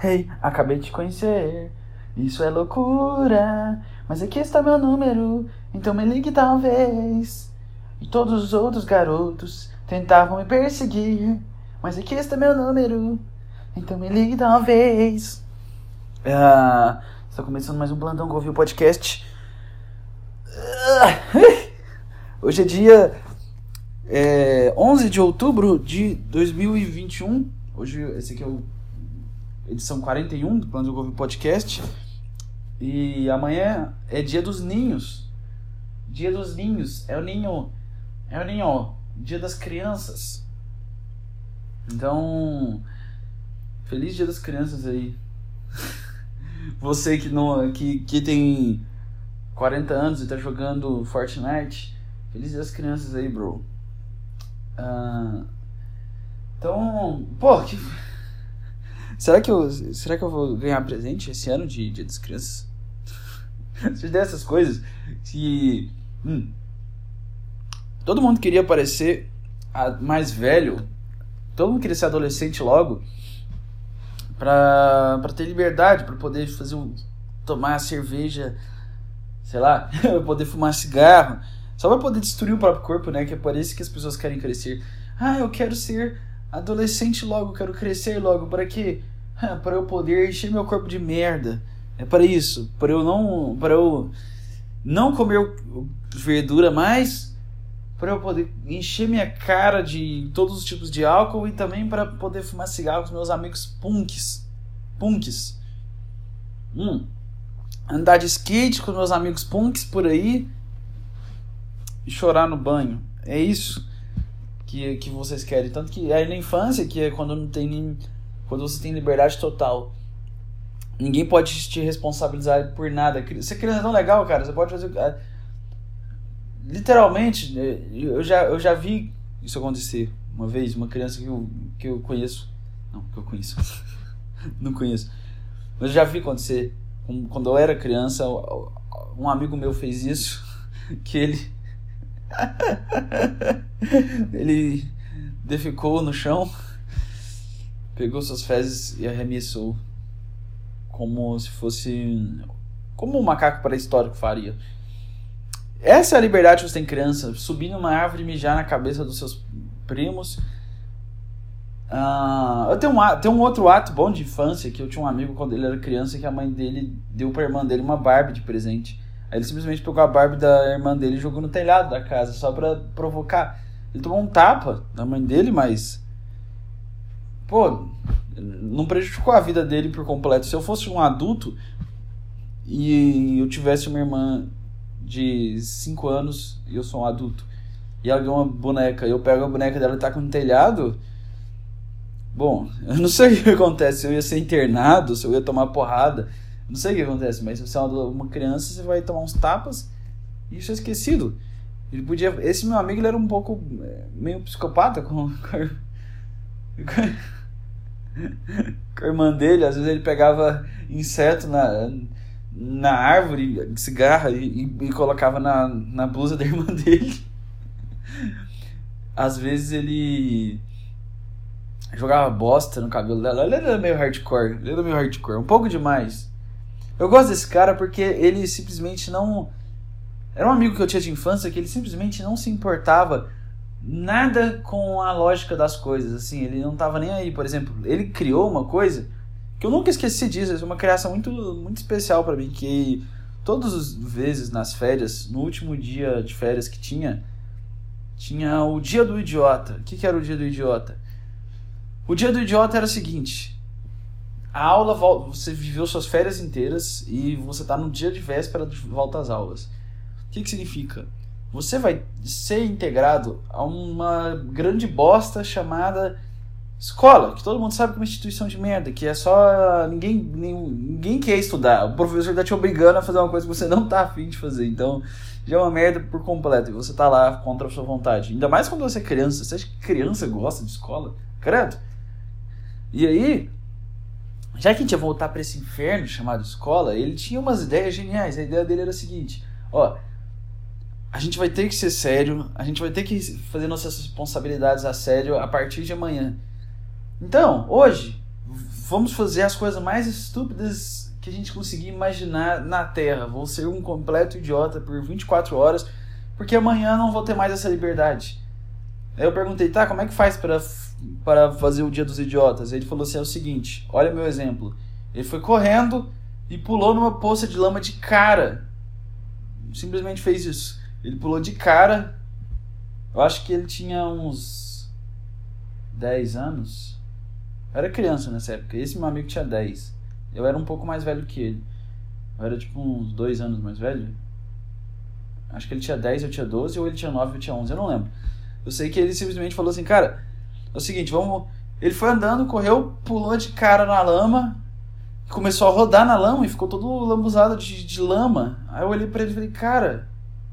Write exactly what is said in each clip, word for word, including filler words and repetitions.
Hey, acabei de te conhecer, isso é loucura, mas aqui está meu número, então me ligue talvez. E todos os outros garotos tentavam me perseguir, mas aqui está meu número, então me ligue talvez. Ah, está começando mais um Blandão que ouviu o podcast. Ah, hoje é dia é, onze de outubro de dois mil e vinte e um. Hoje esse aqui é o edição quarenta e um do Plano de Ouviu Podcast. E amanhã é dia dos ninhos. Dia dos ninhos. É o ninho. É o ninho. Dia das crianças. Então, feliz dia das crianças aí. Você que, não, que, que tem quarenta anos e tá jogando Fortnite, feliz dia das crianças aí, bro. Ah, então, pô, que... Será que, eu, será que eu vou ganhar presente esse ano de Dia das Crianças? Dessas coisas que... Hum, todo mundo queria parecer mais velho. Todo mundo queria ser adolescente logo. Pra, pra ter liberdade, pra poder fazer um, tomar cerveja, sei lá, poder fumar cigarro. Só pra poder destruir o próprio corpo, né? Que é por isso que as pessoas querem crescer. Ah, eu quero ser adolescente logo, quero crescer logo. Para quê? Para eu poder encher meu corpo de merda. É para isso. Para eu não, para eu não comer verdura mais. Para eu poder encher minha cara de todos os tipos de álcool. E também para poder fumar cigarro com os meus amigos punks. Punks. Hum. Andar de skate com meus amigos punks por aí. E chorar no banho. É isso que, que vocês querem. Tanto que aí na infância, que é quando não tem nem... Quando você tem liberdade total, ninguém pode te responsabilizar por nada. Ser criança é tão legal, cara. Você pode fazer... Literalmente, eu já, eu já vi isso acontecer uma vez. Uma criança que eu, que eu conheço... Não, que eu conheço. Não conheço. Mas eu já vi acontecer. Quando eu era criança, um amigo meu fez isso. Que ele... ele defecou no chão, pegou suas fezes e arremessou como se fosse como um macaco pré-histórico faria. Essa é a liberdade que você tem criança, subir numa árvore e mijar na cabeça dos seus primos. Ah, eu tenho um, tenho um outro ato bom de infância, que eu tinha um amigo quando ele era criança, que a mãe dele deu pra irmã dele uma Barbie de presente. Aí ele simplesmente pegou a Barbie da irmã dele e jogou no telhado da casa, só pra provocar. Ele tomou um tapa da mãe dele, mas... Pô, não prejudicou a vida dele por completo. Se eu fosse um adulto e eu tivesse uma irmã de cinco anos e eu sou um adulto, e ela ganhou uma boneca, e eu pego a boneca dela e taco no telhado... Bom, eu não sei o que acontece, se eu ia ser internado, se eu ia tomar porrada... Não sei o que acontece, mas se você é uma criança, você vai tomar uns tapas e isso é esquecido. Ele podia... Esse meu amigo, ele era um pouco meio psicopata com, com, a... com a irmã dele. Às vezes ele pegava inseto na, na árvore, cigarra, e, e colocava na, na blusa da irmã dele. Às vezes ele jogava bosta no cabelo dela. Ele era meio hardcore, ele era meio hardcore, um pouco demais. Eu gosto desse cara porque ele simplesmente não... Era um amigo que eu tinha de infância que ele simplesmente não se importava nada com a lógica das coisas. Assim, ele não tava nem aí. Por exemplo, ele criou uma coisa que eu nunca esqueci disso. É uma criação muito, muito especial pra mim. Que todas as vezes nas férias, no último dia de férias que tinha, tinha o dia do idiota. O que, que era o dia do idiota? O dia do idiota era o seguinte... A aula, você viveu suas férias inteiras e você está no dia de véspera de volta às aulas. O que que significa? Você vai ser integrado a uma grande bosta chamada escola, que todo mundo sabe que é uma instituição de merda, que é só... Ninguém, ninguém quer estudar. O professor está te obrigando a fazer uma coisa que você não está afim de fazer. Então, já é uma merda por completo. E você está lá contra a sua vontade. Ainda mais quando você é criança. Você acha que criança gosta de escola? Credo. E aí... Já que a gente ia voltar para esse inferno chamado escola, ele tinha umas ideias geniais. A ideia dele era a seguinte: ó, a gente vai ter que ser sério, a gente vai ter que fazer nossas responsabilidades a sério a partir de amanhã. Então, hoje, vamos fazer as coisas mais estúpidas que a gente conseguir imaginar na Terra. Vou ser um completo idiota por vinte e quatro horas, porque amanhã não vou ter mais essa liberdade. Aí eu perguntei, tá, como é que faz para para fazer o Dia dos Idiotas? Aí ele falou assim, é o seguinte, olha meu exemplo. Ele foi correndo e pulou numa poça de lama de cara. Simplesmente fez isso. Ele pulou de cara. Eu acho que ele tinha uns dez anos. Eu era criança nessa época. Esse meu amigo tinha dez. Eu era um pouco mais velho que ele. Eu era tipo uns dois anos mais velho. Acho que ele tinha dez, eu tinha doze, ou ele tinha nove, eu tinha onze, eu não lembro. Eu sei que ele simplesmente falou assim, cara, é o seguinte, vamos... Ele foi andando, correu, pulou de cara na lama, começou a rodar na lama e ficou todo lambuzado de, de lama. Aí eu olhei pra ele e falei, cara,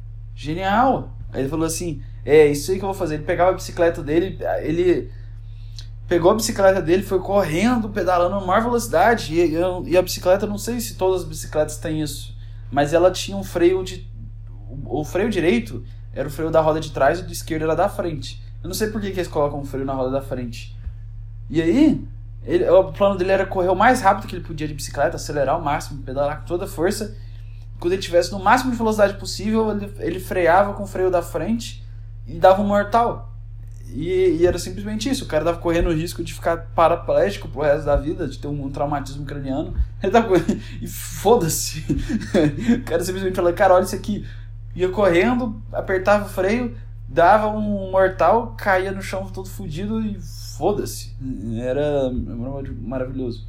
genial. Aí ele falou assim, é isso aí que eu vou fazer. Ele pegava a bicicleta dele, ele pegou a bicicleta dele, foi correndo, pedalando a maior velocidade. E, e a bicicleta, não sei se todas as bicicletas têm isso, mas ela tinha um freio de... O, o freio direito era o freio da roda de trás e o do esquerdo era da frente. Eu não sei por que, que eles colocam um freio na roda da frente. E aí, ele, o plano dele era correr o mais rápido que ele podia de bicicleta, acelerar ao máximo, pedalar com toda a força. Quando ele estivesse no máximo de velocidade possível, ele, ele freava com o freio da frente e dava um mortal. E, e era simplesmente isso. O cara tava correndo o risco de ficar paraplégico pro resto da vida, de ter um, um traumatismo craniano. Ele tava correndo, e foda-se. O cara simplesmente falou, cara, olha isso aqui. Ia correndo, apertava o freio, dava um mortal, caía no chão todo fudido e foda-se. Era maravilhoso.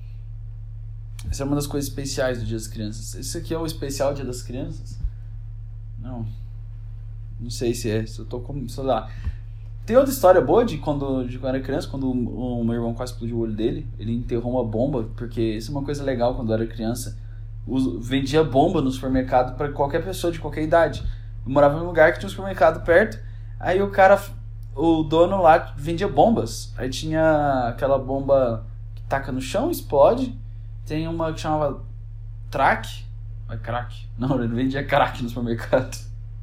Essa é uma das coisas especiais do Dia das Crianças. Esse aqui é o especial Dia das Crianças? Não. Não sei se é. Se eu tô com... sei lá. Tem outra história boa de quando, de quando eu era criança, quando o, o meu irmão quase explodiu o olho dele. Ele enterrou uma bomba, porque isso é uma coisa legal quando eu era criança. Us, vendia bomba no supermercado para qualquer pessoa de qualquer idade. Eu morava num lugar que tinha um supermercado perto. Aí o cara, o dono lá vendia bombas. Aí tinha aquela bomba que taca no chão, explode. Tem uma que chamava Track. É crack? Não, ele vendia crack no supermercado.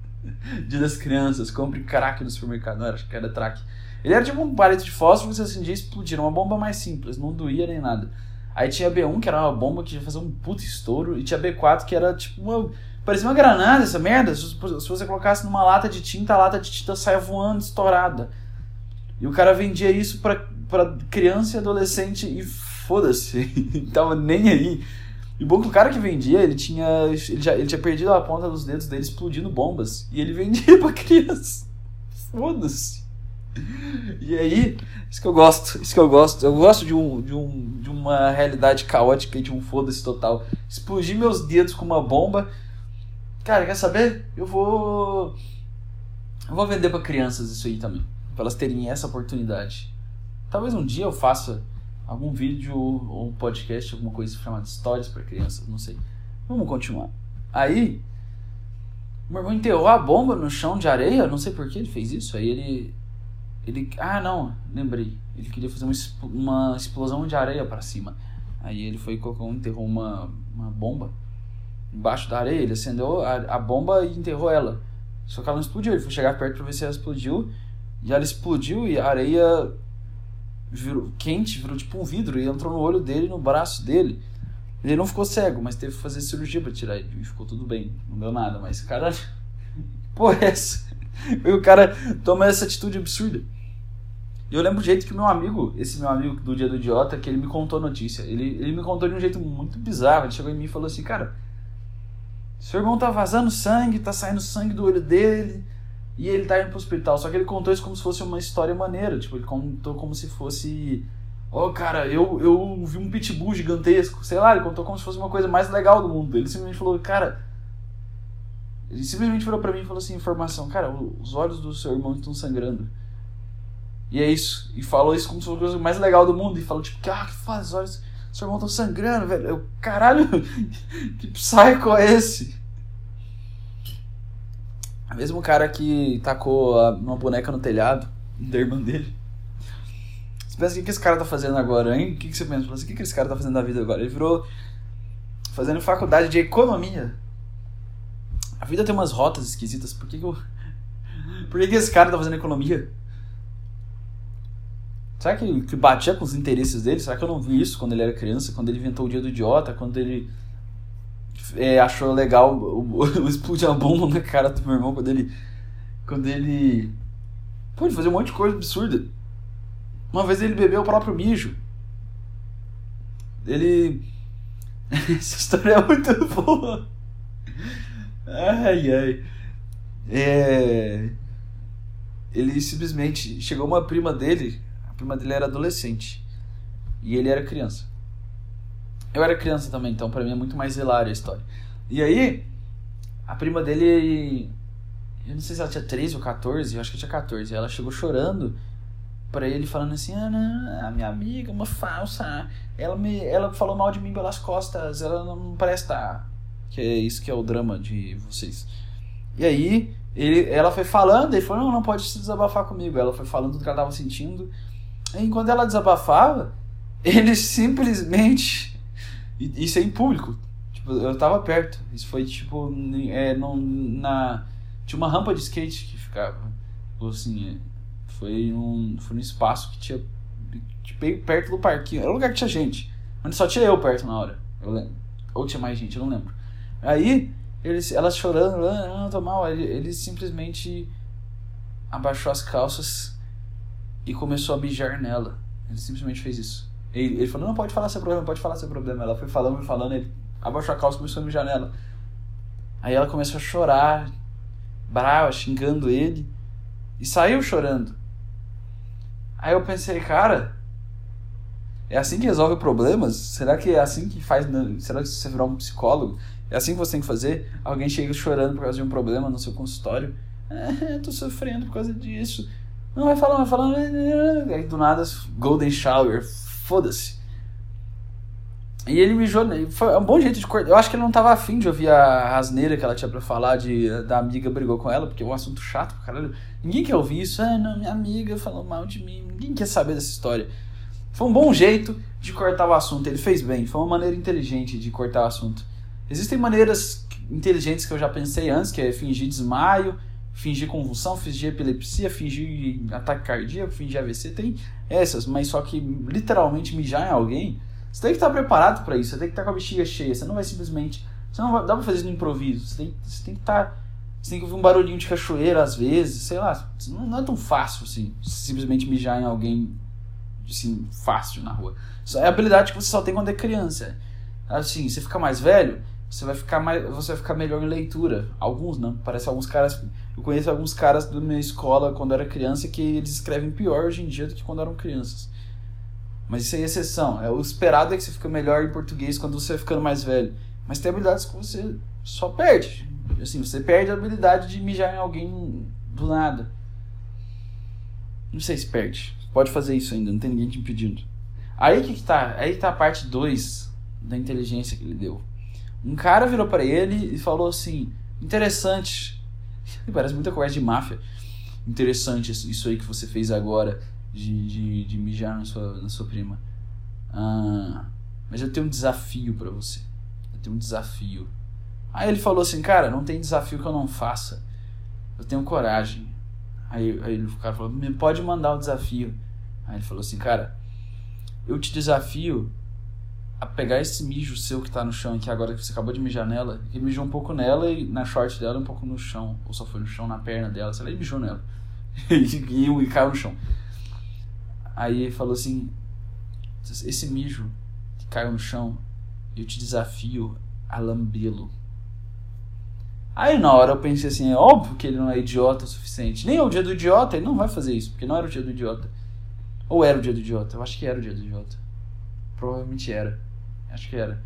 Dia das Crianças, compre crack no supermercado. Não era, acho que era Track. Ele era tipo um palito de fósforo que você acendia e explodia. Uma bomba mais simples, não doía nem nada. Aí tinha B um, que era uma bomba que ia fazer um puto estouro. E tinha B quatro, que era tipo uma... parecia uma granada essa merda. Se você colocasse numa lata de tinta, a lata de tinta saia voando, estourada. E o cara vendia isso pra, pra criança e adolescente e foda-se. Tava nem aí. E o bom que o cara que vendia, ele tinha, ele, já, ele tinha perdido a ponta dos dedos dele explodindo bombas. E ele vendia pra criança. Foda-se. E aí, isso que eu gosto, isso que eu gosto. Eu gosto de, um, de, um, de uma realidade caótica e de um foda-se total. Explodir meus dedos com uma bomba. Cara, quer saber? Eu vou... Eu vou vender pra crianças isso aí também. Pra elas terem essa oportunidade. Talvez um dia eu faça algum vídeo ou um podcast, alguma coisa chamada Histórias para Crianças, não sei. Vamos continuar. Aí, meu irmão enterrou a bomba no chão de areia, não sei por que ele fez isso. Aí ele... ele ah, não, lembrei. Ele queria fazer uma, uma explosão de areia para cima. Aí ele foi e colocou, enterrou uma, uma bomba embaixo da areia. Ele acendeu a, a bomba e enterrou ela. Só que ela não explodiu. Ele foi chegar perto para ver se ela explodiu. E ela explodiu e a areia... virou quente, virou tipo um vidro e entrou no olho dele, no braço dele. Ele não ficou cego, mas teve que fazer cirurgia pra tirar ele. E ficou tudo bem, não deu nada. Mas, cara, porra é essa? E o cara toma essa atitude absurda. E eu lembro do jeito que meu amigo, esse meu amigo do Dia do Idiota, que ele me contou a notícia. Ele, ele me contou de um jeito muito bizarro. Ele chegou em mim e falou assim, cara, seu irmão tá vazando sangue, tá saindo sangue do olho dele... E ele tá indo pro hospital. Só que ele contou isso como se fosse uma história maneira. Tipo, ele contou como se fosse... Ó, oh, cara, eu, eu vi um pitbull gigantesco. Sei lá, ele contou como se fosse uma coisa mais legal do mundo. Ele simplesmente falou, cara... Ele simplesmente virou pra mim e falou assim, informação. Cara, os olhos do seu irmão estão sangrando. E é isso. E falou isso como se fosse a coisa mais legal do mundo. E falou, tipo, ah, que faz? Os olhos do seu irmão estão sangrando, velho. Eu, caralho, que psycho é esse? O mesmo cara que tacou a, uma boneca no telhado da irmã dele. Você pensa, o que, que esse cara tá fazendo agora, hein? O que, que você pensa? O que, que esse cara tá fazendo na vida agora? Ele virou fazendo faculdade de economia. A vida tem umas rotas esquisitas. Por que que eu... Por que que esse cara tá fazendo economia? Será que, que batia com os interesses dele? Será que eu não vi isso quando ele era criança? Quando ele inventou o Dia do Idiota? Quando ele é, achou legal o, o, o explodir a bomba na cara do meu irmão? Quando ele... Quando ele... Pô, ele fazia um monte de coisa absurda. Uma vez ele bebeu o próprio mijo. Ele... Essa história é muito boa. Ai, ai. É... Ele simplesmente... Chegou uma prima dele. A prima dele era adolescente. E ele era criança. Eu era criança também, então pra mim é muito mais hilária a história. E aí, a prima dele... Eu não sei se ela tinha treze ou catorze, eu acho que tinha catorze. Ela chegou chorando pra ele, falando assim: ah, não, a minha amiga, uma falsa, ela, me, ela falou mal de mim pelas costas, ela não presta. Que é isso que é o drama de vocês. E aí, ele, ela foi falando, ele falou: não, não pode se desabafar comigo. Ela foi falando tudo que ela tava sentindo. E enquanto ela desabafava, ele simplesmente... Isso é em público. Tipo, eu tava perto. Isso foi tipo... É, no, na... Tinha uma rampa de skate que ficava, assim, foi num, foi num espaço que tinha, tipo, perto do parquinho. Era um lugar que tinha gente, mas só tinha eu perto na hora, eu lembro. Ou tinha mais gente, eu não lembro. Aí, eles, elas chorando, ah, não, tô mal. Ele, ele simplesmente abaixou as calças e começou a mijar nela. Ele simplesmente fez isso. Ele, ele falou: não, pode falar seu problema, pode falar seu problema. Ela foi falando, foi falando, ele abaixou a calça e começou a mijar nela. Aí ela começou a chorar, brava, xingando ele, e saiu chorando. Aí eu pensei: cara, é assim que resolve problemas? Será que é assim que faz? Será que se você virar um psicólogo, é assim que você tem que fazer? Alguém chega chorando por causa de um problema no seu consultório: ah, tô sofrendo por causa disso. Não, vai falando, vai falando. Aí do nada, golden shower, foda-se. E ele mijou, foi um bom jeito de cortar. Eu acho que ele não tava afim de ouvir a asneira que ela tinha pra falar, de, da amiga brigou com ela, porque é um assunto chato pra caralho. Ninguém quer ouvir isso. Ah, não, minha amiga falou mal de mim. Ninguém quer saber dessa história. Foi um bom jeito de cortar o assunto. Ele fez bem. Foi uma maneira inteligente de cortar o assunto. Existem maneiras inteligentes que eu já pensei antes, que é fingir desmaio, fingir convulsão, fingir epilepsia, fingir ataque cardíaco, fingir A V C. Tem essas, mas só que literalmente mijar em alguém... Você tem que estar preparado para isso, você tem que estar com a bexiga cheia, você não vai simplesmente... Você não vai, dá pra fazer isso no improviso, você tem, você tem que estar... Você tem que ouvir um barulhinho de cachoeira às vezes, sei lá, não, não é tão fácil assim, simplesmente mijar em alguém assim, fácil na rua. Isso é habilidade que você só tem quando é criança. Assim, você fica mais velho, você vai ficar, mais, você vai ficar melhor em leitura. Alguns não, parece alguns caras... Eu conheço alguns caras da minha escola quando eu era criança que eles escrevem pior hoje em dia do que quando eram crianças. Mas isso é exceção. É, o esperado é que você fica melhor em português quando você vai ficando mais velho. Mas tem habilidades que você só perde. Assim, você perde a habilidade de mijar em alguém do nada. Não sei se perde. Pode fazer isso ainda, não tem ninguém te impedindo. Aí que, que tá? Aí que tá a parte dois da inteligência que ele deu. Um cara virou pra ele e falou assim: interessante. Parece muita conversa de máfia. Interessante isso aí que você fez agora. De, de, de mijar na sua, na sua prima. Ah, mas eu tenho um desafio pra você. Eu tenho um desafio. Aí ele falou assim: cara, não tem desafio que eu não faça. Eu tenho coragem. Aí, aí o cara falou: me pode mandar o desafio. Aí ele falou assim: cara, eu te desafio a pegar esse mijo seu que tá no chão aqui agora, que você acabou de mijar nela. Ele mijou um pouco nela e na short dela, um pouco no chão. Ou só foi no chão, na perna dela. Sei lá, ele mijou nela. e, e, e caiu no chão. Aí ele falou assim: esse mijo que caiu no chão, eu te desafio a lambê-lo. Aí na hora eu pensei assim: é óbvio que ele não é idiota o suficiente. Nem é o dia do idiota, ele não vai fazer isso, porque não era o dia do idiota. Ou era o dia do idiota? Eu acho que era o dia do idiota. Provavelmente era. Acho que era.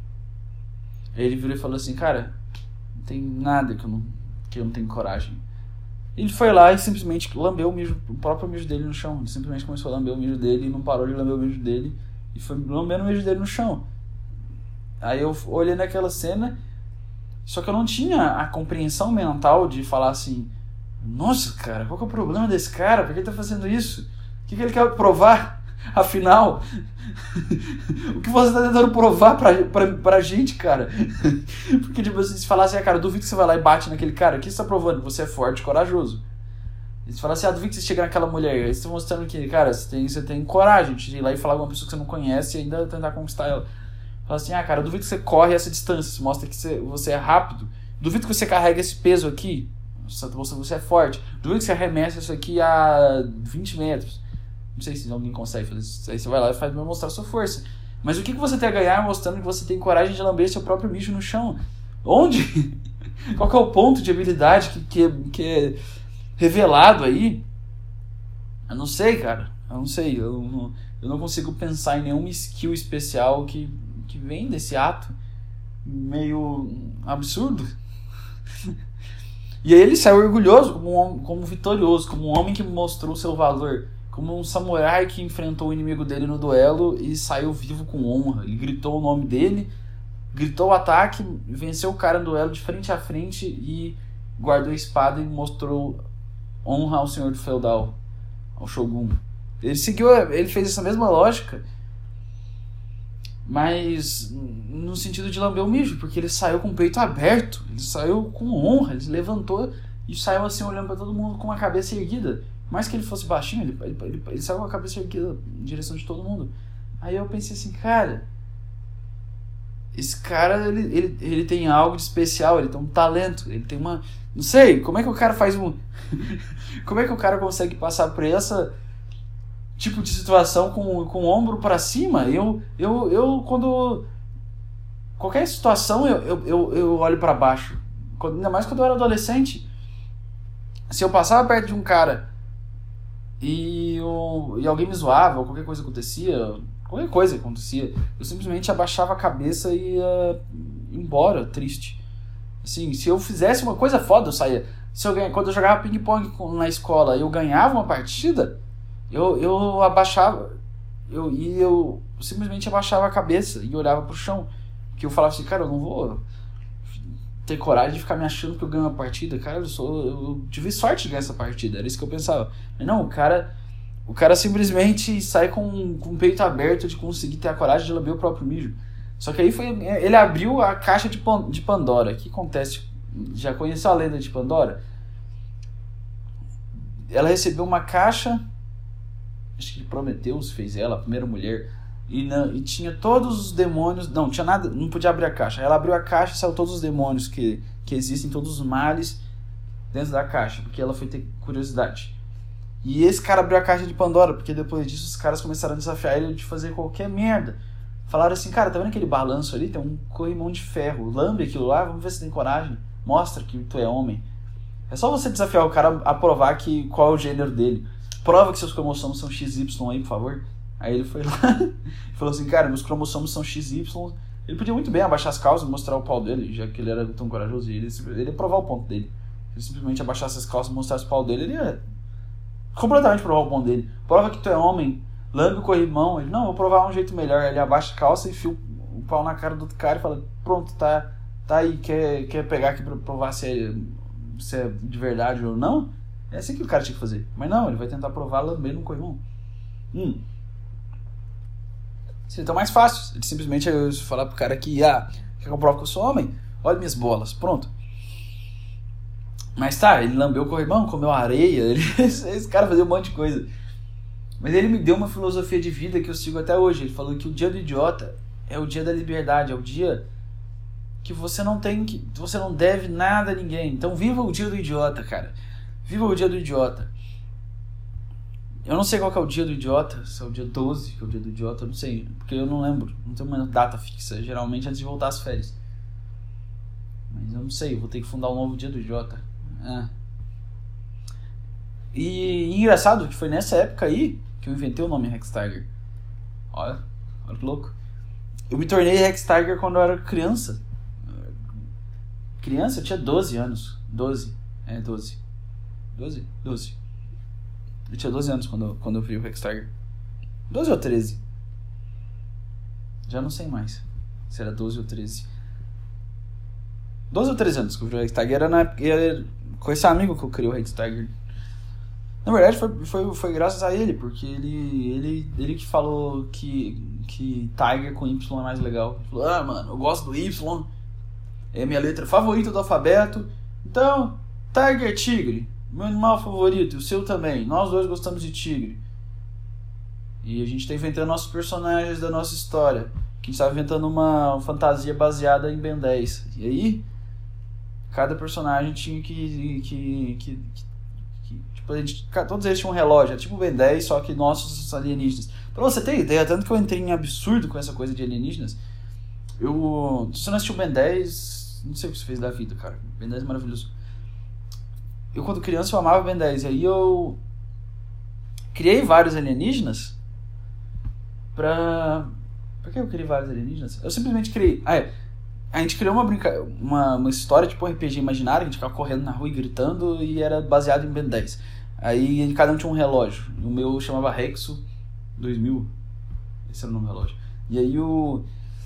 Aí ele virou e falou assim: cara, não tem nada que eu não, que eu não tenho coragem. Ele foi lá e simplesmente lambeu o, mijo, o próprio mijo dele no chão. Ele simplesmente começou a lamber o mijo dele e não parou de lamber o mijo dele. E foi lambendo o mijo dele no chão. Aí eu olhei naquela cena, só que eu não tinha a compreensão mental de falar assim: nossa, cara, qual que é o problema desse cara? Por que ele tá fazendo isso? O que, que ele quer provar? Afinal, o que você tá tentando provar pra, pra, pra gente, cara? Porque tipo, se falasse: ah, cara, duvido que você vai lá e bate naquele cara. O que você tá provando? Você é forte e corajoso. Eles falam assim, ah, duvido que você chega naquela mulher. Aí você está mostrando que, cara, você tem, você tem coragem de ir lá e falar com uma pessoa que você não conhece e ainda tentar conquistar ela. Fala assim, ah, cara, eu duvido que você corre essa distância. Isso mostra que você, você é rápido. Duvido que você carrega esse peso aqui. Você mostra que você é forte. Duvido que você arremessa isso aqui a vinte metros. Não sei se alguém consegue fazer isso. Aí você vai lá e faz pra mostrar a sua força. Mas o que você tem a ganhar mostrando que você tem coragem de lamber seu próprio mijo no chão? Onde? Qual que é o ponto de habilidade que, que, que é revelado aí? Eu não sei, cara. Eu não sei. Eu não, eu não consigo pensar em nenhuma skill especial que, que vem desse ato meio absurdo. E aí ele saiu orgulhoso, como, um, como vitorioso, como um homem que mostrou seu valor, como um samurai que enfrentou o inimigo dele no duelo e saiu vivo com honra. Ele gritou o nome dele, gritou o ataque, venceu o cara no duelo de frente a frente e guardou a espada e mostrou honra ao senhor do feudal, ao Shogun. Ele seguiu, ele fez essa mesma lógica, mas no sentido de lamber o mijo, porque ele saiu com o peito aberto, ele saiu com honra, ele se levantou e saiu assim olhando para todo mundo com a cabeça erguida. Mais que ele fosse baixinho, ele, ele, ele, ele saiu com a cabeça erguida em direção de todo mundo. Aí eu pensei assim, cara, esse cara, ele, ele, ele tem algo de especial, ele tem um talento, ele tem uma... Não sei, como é que o cara faz um... como é que o cara consegue passar por essa tipo de situação com, com o ombro pra cima? Eu, eu, eu quando... Qualquer situação, eu, eu, eu, eu olho pra baixo. Quando, ainda mais quando eu era adolescente. Se eu passava perto de um cara e, eu, e alguém me zoava, ou qualquer coisa acontecia... Qualquer coisa que acontecia, eu simplesmente abaixava a cabeça e ia embora, triste. Assim, se eu fizesse uma coisa foda, eu saía. Se eu ganha, quando eu jogava ping-pong na escola e eu ganhava uma partida, eu, eu abaixava, eu, e eu simplesmente abaixava a cabeça e olhava pro chão. Porque eu falava assim, cara, eu não vou ter coragem de ficar me achando que eu ganho uma partida. Cara, eu, sou, eu tive sorte de ganhar essa partida, era isso que eu pensava. Mas não, o cara... O cara simplesmente sai com, com o peito aberto de conseguir ter a coragem de lamber o próprio mijo. Só que aí foi, ele abriu a caixa de, de Pandora. O que acontece? Já conheceu a lenda de Pandora? Ela recebeu uma caixa, acho que Prometheus fez ela, a primeira mulher, e, não, e tinha todos os demônios, não tinha nada, não podia abrir a caixa. Ela abriu a caixa e saiu todos os demônios que, que existem, todos os males dentro da caixa, porque ela foi ter curiosidade. E esse cara abriu a caixa de Pandora, porque depois disso os caras começaram a desafiar ele de fazer qualquer merda. Falaram assim, cara, tá vendo aquele balanço ali? Tem um corrimão de ferro, lambe aquilo lá, vamos ver se tem coragem. Mostra que tu é homem. É só você desafiar o cara a provar que, qual é o gênero dele. Prova que seus cromossomos são X Y aí, por favor. Aí ele foi lá e falou assim, cara, meus cromossomos são X Y. Ele podia muito bem abaixar as calças e mostrar o pau dele, já que ele era tão corajoso. E ele, ele ia provar o ponto dele. Se ele simplesmente abaixasse as calças e mostrasse o pau dele, ele ia... completamente provar o ponto dele. Prova que tu é homem, lambe o corrimão. Ele, não, vou provar um jeito melhor. Ele abaixa a calça e enfia o pau na cara do outro cara e fala, pronto, tá, tá aí, quer, quer pegar aqui pra provar se é, se é de verdade ou não? É assim que o cara tinha que fazer. Mas não, ele vai tentar provar lambendo o corrimão. Hum. Seria tão mais fácil. Ele simplesmente falar pro cara que, ah, quer que eu prove que eu sou homem? Olha minhas bolas, pronto. Mas tá, ele lambeu o corrimão, comeu areia, ele, esse cara fazia um monte de coisa. Mas ele me deu uma filosofia de vida que eu sigo até hoje. Ele falou que o dia do idiota é o dia da liberdade, é o dia que você não tem que, você não deve nada a ninguém. Então viva o dia do idiota, cara. Viva o dia do idiota. Eu não sei qual que é o dia do idiota, se é o dia doze, que é o dia do idiota, eu não sei, porque eu não lembro, não tenho uma data fixa, geralmente antes de voltar às férias. Mas eu não sei, eu vou ter que fundar um novo dia do idiota. É. E, e engraçado que foi nessa época aí que eu inventei o nome Rex Tiger. Olha, olha que louco. Eu me tornei Rex Tiger quando eu era criança. Criança, eu tinha doze anos. doze. É, doze. doze? doze. Eu tinha doze anos quando, quando eu vi o Rex Tiger. doze ou treze? Já não sei mais se era doze ou treze. doze ou treze anos que eu vi o Rex Tiger. Era na época, era com esse amigo que eu criei o Rex Tiger. Na verdade foi, foi, foi graças a ele, porque ele, ele, ele que falou que, que Tiger com Y é mais legal. Ele falou, ah mano, eu gosto do Y, é a minha letra favorita do alfabeto, então Tiger Tigre. Meu animal favorito, o seu também. Nós dois gostamos de tigre. E a gente tá inventando nossos personagens da nossa história. Que a gente tava inventando uma, uma fantasia baseada em Ben dez. E aí, cada personagem tinha que... que, que, que, que tipo, a gente, todos eles tinham um relógio. Era tipo Ben dez, só que nossos alienígenas. Pra você ter ideia, tanto que eu entrei em absurdo com essa coisa de alienígenas. Eu... Se você não assistiu Ben dez... Não sei o que você fez da vida, cara. Ben dez é maravilhoso. Eu, quando criança, eu amava Ben dez. E aí eu... criei vários alienígenas... Pra... Por que eu criei vários alienígenas? Eu simplesmente criei... Ah, é. A gente criou uma, brinca... uma, uma história tipo um R P G imaginário, a gente ficava correndo na rua e gritando, e era baseado em Ben dez. Aí cada um tinha um relógio. O meu chamava Rexo dois mil. Esse era o nome do relógio. E aí o...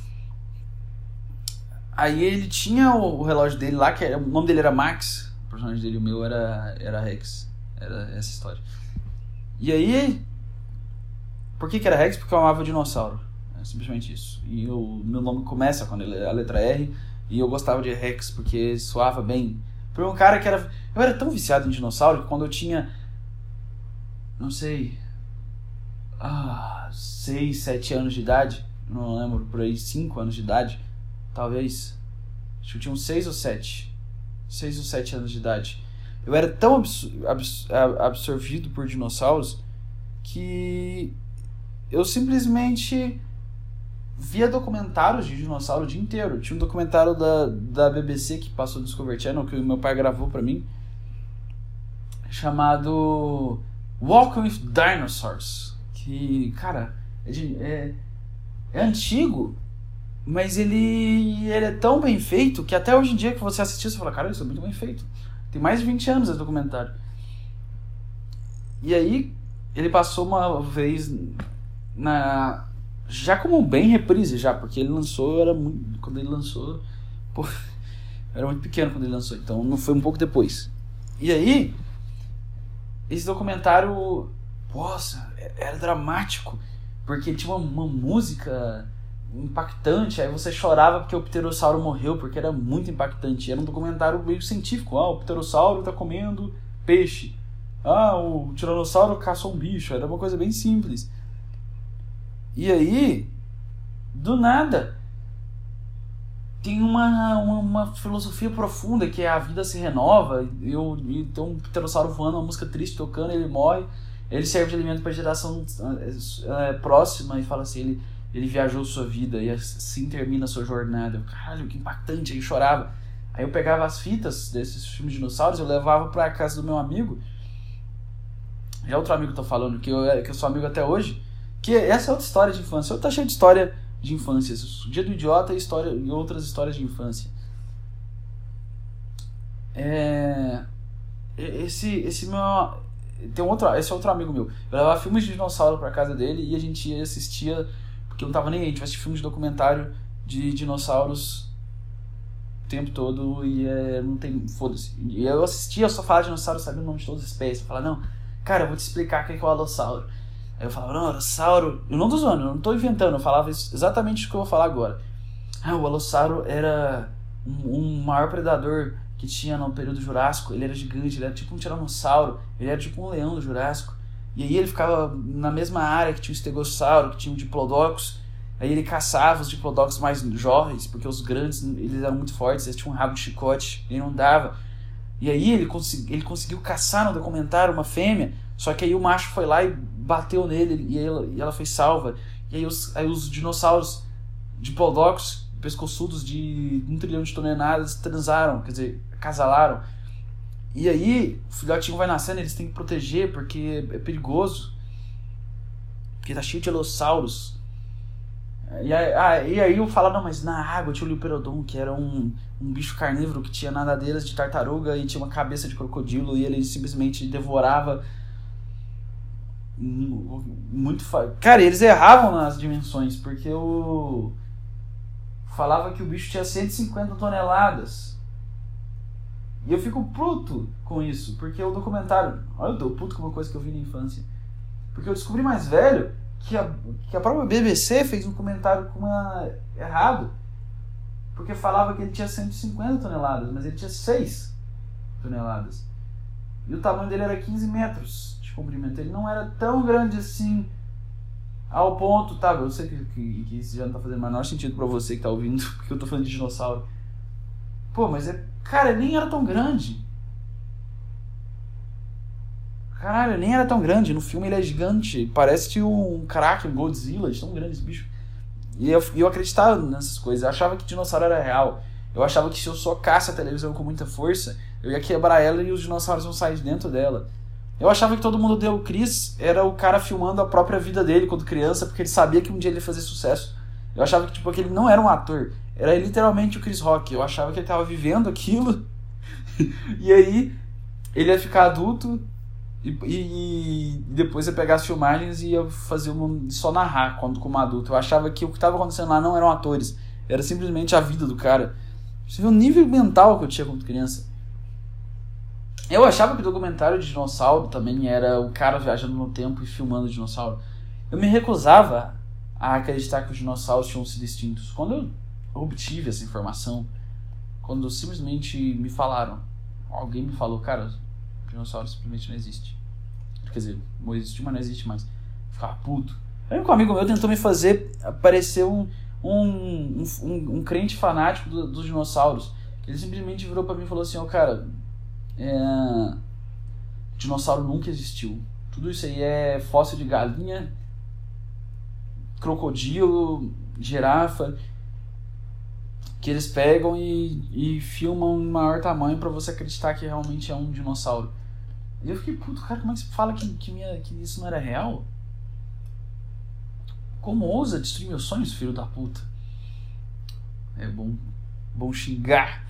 Aí ele tinha o, o relógio dele lá, que era... o nome dele era Max. O personagem dele, o meu, era, era Rex. Era essa história. E aí... Por que que era Rex? Porque eu amava dinossauro. É simplesmente isso. E o meu nome começa com a letra R. E eu gostava de Rex porque soava bem. Por um cara que era... Eu era tão viciado em dinossauro que quando eu tinha... Não sei... Ah, seis, sete anos de idade. Não lembro, por aí, cinco anos de idade. Talvez. Acho que eu tinha uns seis ou sete. seis ou sete anos de idade. Eu era tão absor- abs- absorvido por dinossauros que... eu simplesmente via documentários de dinossauro o dia inteiro. Tinha um documentário da, da B B C que passou no Discovery Channel, que o meu pai gravou pra mim, chamado Walking with Dinosaurs. Que, cara, é, de, é, é antigo, mas ele, ele é tão bem feito que até hoje em dia que você assistir, você fala, cara, isso é muito bem feito. Tem mais de vinte anos esse documentário. E aí, ele passou uma vez... na já como bem reprise já, porque ele lançou, eu era muito, quando ele lançou, pô, eu era muito pequeno quando ele lançou, então não foi um pouco depois. E aí esse documentário, nossa, era dramático, porque tinha uma, uma música impactante, aí você chorava porque o pterossauro morreu, porque era muito impactante. Era um documentário meio científico. Ah, o pterossauro tá comendo peixe. Ah, o tiranossauro caçou um bicho. Era uma coisa bem simples. E aí, do nada, tem uma, uma, uma filosofia profunda que é a vida se renova. Eu, e tem um pterossauro voando, uma música triste tocando, ele morre, ele serve de alimento para a geração é, próxima e fala assim, ele, ele viajou sua vida e assim termina a sua jornada. Eu, caralho, que impactante, aí eu chorava. Aí eu pegava as fitas desses filmes de dinossauros, eu levava para a casa do meu amigo, já outro amigo que eu tô falando, que eu, que eu sou amigo até hoje, que essa é outra história de infância. Eu tô cheio de história de infância. Dia do Idiota e, história, e outras histórias de infância. É... Esse, esse meu... Tem um outro, esse é outro amigo meu. Eu levava filmes de dinossauro pra casa dele e a gente ia assistia... Porque eu não tava nem aí. A gente vai assistir filmes de documentário de dinossauros o tempo todo e é, não tem... Foda-se. E eu assistia, eu só falava de dinossauro, sabia o nome de todas as espécies. Eu falava, não, cara, eu vou te explicar o que é o alossauro. Aí eu falava, não, alossauro... Eu não tô zoando, eu não tô inventando, eu falava exatamente o que eu vou falar agora. Ah, o alossauro era um, um maior predador que tinha no período Jurássico. Ele era gigante, ele era tipo um tiranossauro, ele era tipo um leão do Jurássico. E aí ele ficava na mesma área que tinha o estegossauro, que tinha o diplodocus. Aí ele caçava os diplodocus mais jovens, porque os grandes, eles eram muito fortes, eles tinham um rabo de chicote, ele não dava. E aí ele, consegui, ele conseguiu caçar no documentário uma fêmea, só que aí o macho foi lá e bateu nele e ela, e ela foi salva. E aí os, aí os dinossauros diplodocus, pescoçudos de um trilhão de toneladas, transaram, quer dizer, acasalaram. E aí o filhotinho vai nascendo, eles têm que proteger porque é perigoso, porque tá cheio de alossauros. E aí, ah, e aí eu falo, não, mas na água tinha o Lioperodon, que era um, um bicho carnívoro que tinha nadadeiras de tartaruga e tinha uma cabeça de crocodilo, e ele simplesmente devorava muito fa... Cara, eles erravam nas dimensões, porque eu falava que o bicho tinha cento e cinquenta toneladas. E eu fico puto com isso, porque o documentário... Olha, eu tô puto com uma coisa que eu vi na infância. Porque eu descobri mais velho que a, que a própria B B C fez um comentário com uma... errado. Porque falava que ele tinha cento e cinquenta toneladas, mas ele tinha seis toneladas. E o tamanho dele era quinze metros de comprimento. Ele não era tão grande assim, ao ponto, tá? Eu sei que, que, que isso já não tá fazendo o menor sentido pra você que tá ouvindo, porque eu tô falando de dinossauro. Pô, mas é... Cara, ele nem era tão grande. Caralho, ele nem era tão grande. No filme ele é gigante. Parece um craque, um Godzilla, de tão grande esse bicho. E eu, eu acreditava nessas coisas. Eu achava que dinossauro era real. Eu achava que se eu socasse a televisão com muita força, eu ia quebrar ela e os dinossauros iam sair de dentro dela. Eu achava que todo mundo deu o Chris era o cara filmando a própria vida dele quando criança, porque ele sabia que um dia ele ia fazer sucesso. Eu achava que, tipo, que ele não era um ator. Era literalmente o Chris Rock. Eu achava que ele tava vivendo aquilo. E aí ele ia ficar adulto e, e, e depois ia pegar as filmagens e ia fazer uma, só narrar quando como adulto. Eu achava que o que estava acontecendo lá não eram atores. Era simplesmente a vida do cara. Você vê o nível mental que eu tinha quando criança. Eu achava que o documentário de dinossauro também era o cara viajando no tempo e filmando o dinossauro. Eu me recusava a acreditar que os dinossauros tinham sido extintos. Quando eu obtive essa informação, quando simplesmente me falaram, alguém me falou, cara, o dinossauro simplesmente não existe. Quer dizer, não existe, mas não existe mais. Eu ficava puto. Aí um amigo meu tentou me fazer parecer um, um, um, um, um crente fanático do, dos dinossauros. Ele simplesmente virou pra mim e falou assim, ó, oh, cara, é... dinossauro nunca existiu. Tudo isso aí é fóssil de galinha, crocodilo, girafa, que eles pegam e, e filmam em maior tamanho pra você acreditar que realmente é um dinossauro. E eu fiquei, puto, cara, como é que você fala que, que, minha, que isso não era real? Como ousa destruir meus sonhos, filho da puta? É bom, bom xingar.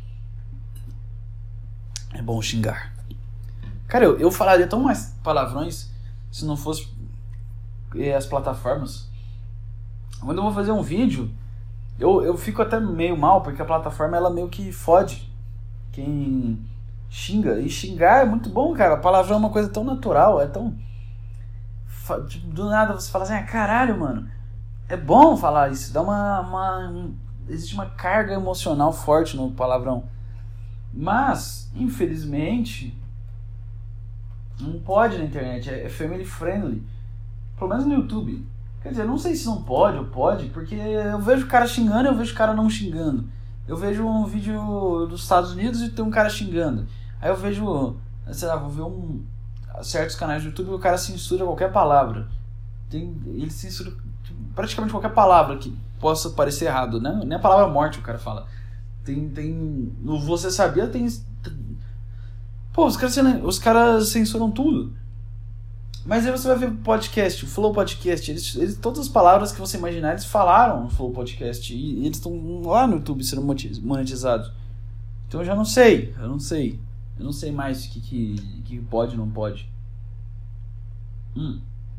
É bom xingar. Cara, eu, eu falaria tão mais palavrões se não fosse eh, as plataformas. Quando eu vou fazer um vídeo, eu, eu fico até meio mal, porque a plataforma ela meio que fode quem xinga. E xingar é muito bom, cara. A palavrão é uma coisa tão natural, é tão... Tipo, do nada você fala assim, ah, caralho, mano. É bom falar isso, dá uma, uma... Existe uma carga emocional forte no palavrão. Mas, infelizmente, não pode na internet, é family friendly. Pelo menos no YouTube. Quer dizer, não sei se não pode ou pode, porque eu vejo o cara xingando e eu vejo o cara não xingando. Eu vejo um vídeo dos Estados Unidos e tem um cara xingando. Aí eu vejo, sei lá, vou ver um, certos canais do YouTube e o cara censura qualquer palavra. Tem, ele censura praticamente qualquer palavra que possa parecer errado, né? Nem a palavra morte o cara fala. Tem, tem, no Você Sabia tem... Pô, os caras, os caras censuram tudo. Mas aí você vai ver o podcast, o Flow Podcast, eles, eles, todas as palavras que você imaginar, eles falaram no Flow Podcast. E, e eles estão lá no YouTube sendo monetizados. Então eu já não sei, eu não sei. Eu não sei mais o que, que, que pode e não pode. Hum.